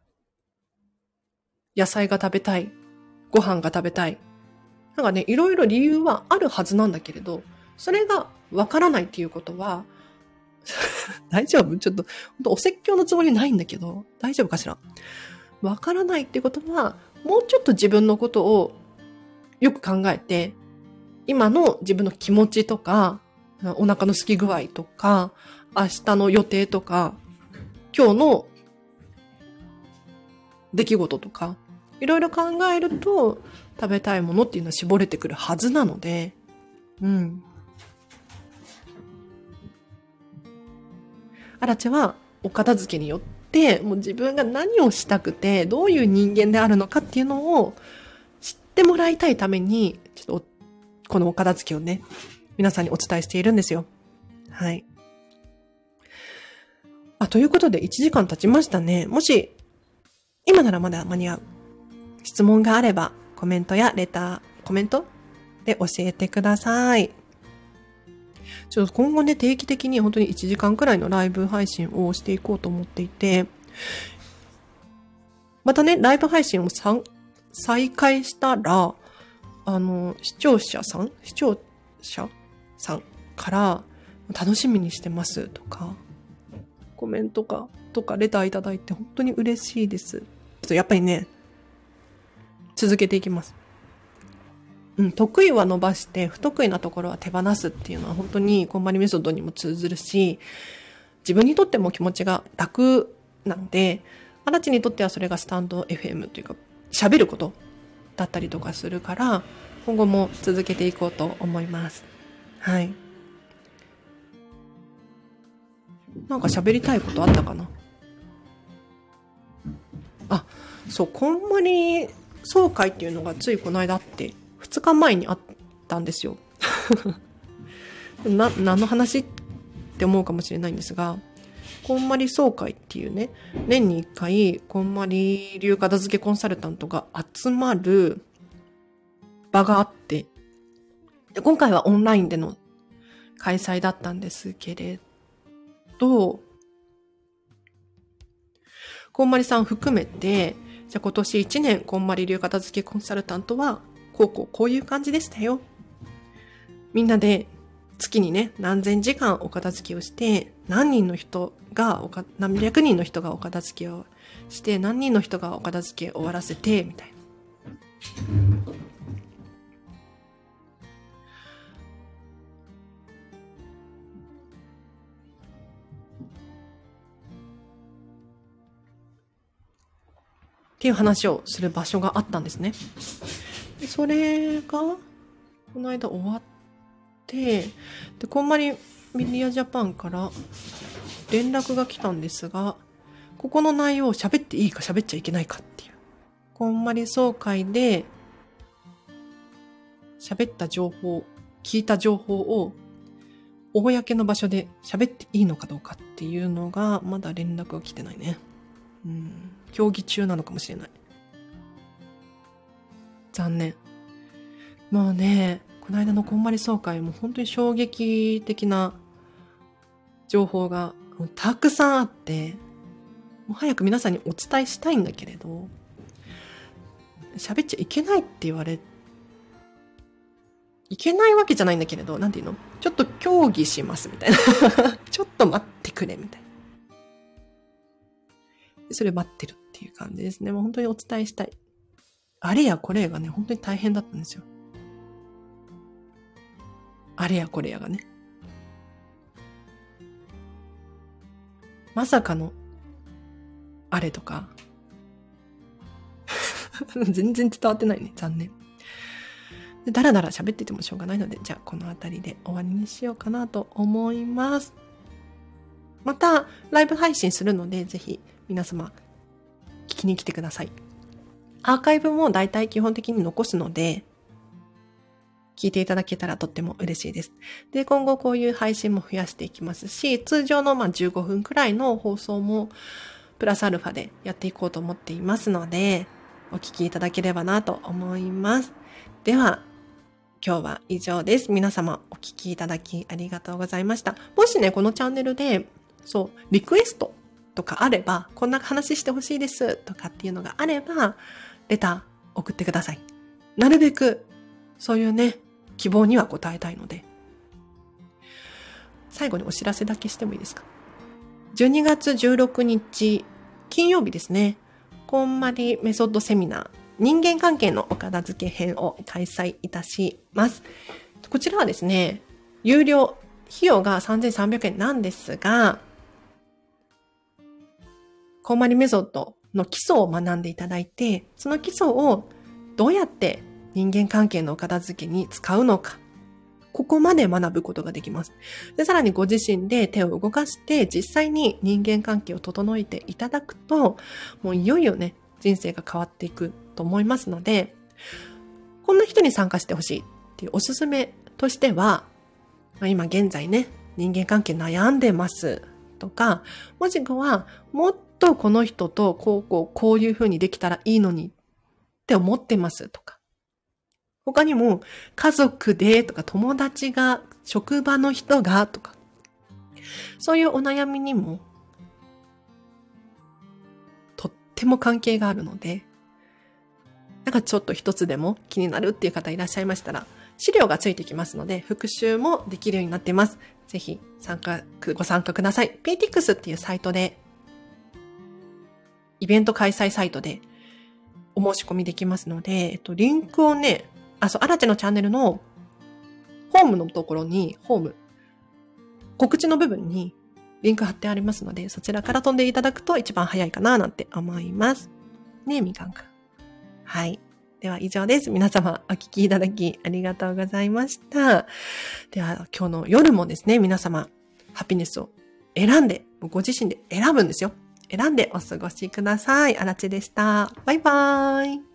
[SPEAKER 1] 野菜が食べたい、ご飯が食べたい。なんかね、いろいろ理由はあるはずなんだけれど、それがわからないっていうことは、大丈夫？ちょっと、本当お説教のつもりないんだけど、大丈夫かしら？わからないっていうことは、もうちょっと自分のことをよく考えて、今の自分の気持ちとか、お腹の空き具合とか、明日の予定とか、今日の出来事とか、いろいろ考えると、食べたいものっていうのは絞れてくるはずなので、うん。アラチはお片付けによって、もう自分が何をしたくて、どういう人間であるのかっていうのを知ってもらいたいために、ちょっとこのお片付けをね、皆さんにお伝えしているんですよ。はい。あ、ということでいちじかん経ちましたね。もし、今ならまだ間に合う。質問があれば、コメントやレター、コメントで教えてください。ちょっと今後ね、定期的に本当にいちじかんくらいのライブ配信をしていこうと思っていて、またね、ライブ配信を再開したら、あの、視聴者さん視聴者さんから楽しみにしてますとか、コメントか、とかレターいただいて本当に嬉しいです。やっぱりね、続けていきます。うん、得意は伸ばして不得意なところは手放すっていうのは本当にこんまりメソッドにも通ずるし、自分にとっても気持ちが楽なので、あらちにとってはそれがスタンド エフエム というか喋ることだったりとかするから、今後も続けていこうと思います。はい。なんか喋りたいことあったかな？あ、そう、こんまり総会っていうのがついこの間あって、ふつかまえにあったんですよ。な、何の話って思うかもしれないんですが、こんまり総会っていうね、年にいっかい、こんまり流片付けコンサルタントが集まる場があって、で今回はオンラインでの開催だったんですけれど、こんまりさん含めて、じゃあ今年いちねんこんまり流片付けコンサルタントは、こうこうこういう感じでしたよ。みんなで月にね、何千時間お片付けをして、何人の人がおか、何百人の人がお片付けをして、何人の人がお片付け終わらせて、みたいな。っていう話をする場所があったんですね。でそれが、この間終わって、で、こんまりメディアジャパンから連絡が来たんですが、ここの内容を喋っていいか喋っちゃいけないかっていう。こんまり総会で喋った情報、聞いた情報を公の場所で喋っていいのかどうかっていうのがまだ連絡が来てないね。うん、協議中なのかもしれない。残念。もうね、この間のこんまり総会も本当に衝撃的な情報がたくさんあって、もう早く皆さんにお伝えしたいんだけれど、喋っちゃいけないって言われ、いけないわけじゃないんだけれど、なんていうの？ちょっと協議しますみたいな。ちょっと待ってくれみたいな。それ待ってるっていう感じですね。もう本当にお伝えしたい。あれやこれやがね、本当に大変だったんですよ。あれやこれやがね。まさかの、あれとか。全然伝わってないね。残念。だらだら喋っててもしょうがないので、じゃあこのあたりで終わりにしようかなと思います。また、ライブ配信するので、ぜひ皆様、聞きに来てください。アーカイブもだいたい基本的に残すので、 聞いていただけたらとっても嬉しいです。で、今後こういう配信も増やしていきますし、通常のまあじゅうごふんくらいの放送もプラスアルファでやっていこうと思っていますので、お聞きいただければなと思います。では、今日は以上です。皆様お聞きいただきありがとうございました。もしね、このチャンネルで、そう、リクエストとかあれば、こんな話してほしいですとかっていうのがあれば、レター送ってください。なるべく、そういうね、希望には応えたいので。最後にお知らせだけしてもいいですか？じゅうにがつじゅうろくにち、金曜日ですね。こんまりメソッドセミナー、人間関係のお片付け編を開催いたします。こちらはですね、有料、費用がさんぜんさんびゃくえんなんですが、こんまりメソッドの基礎を学んでいただいて、その基礎をどうやって人間関係のお片付けに使うのか、ここまで学ぶことができます。で、さらにご自身で手を動かして実際に人間関係を整えていただくと、もういよいよね、人生が変わっていくと思いますので、こんな人に参加してほしいっていうおすすめとしては、今現在ね、人間関係悩んでますとか、もしくはもっとこの人とこうこうこういう風にできたらいいのにって思ってますとか、他にも家族でとか友達が、職場の人がとか、そういうお悩みにもとっても関係があるので、なんかちょっと一つでも気になるっていう方いらっしゃいましたら、資料がついてきますので、復習もできるようになっています。ぜひ参加、ご参加ください。ピーティックス っていうサイトで、イベント開催サイトでお申し込みできますので、えっと、リンクをね、あ、そう、アラチェのチャンネルのホームのところに、ホーム、告知の部分にリンク貼ってありますので、そちらから飛んでいただくと一番早いかななんて思います。ねえ、みかんくん。はい。では以上です。皆様お聞きいただきありがとうございました。では今日の夜もですね、皆様ハピネスを選んで、ご自身で選ぶんですよ。選んでお過ごしください。あらちでした。バイバーイ。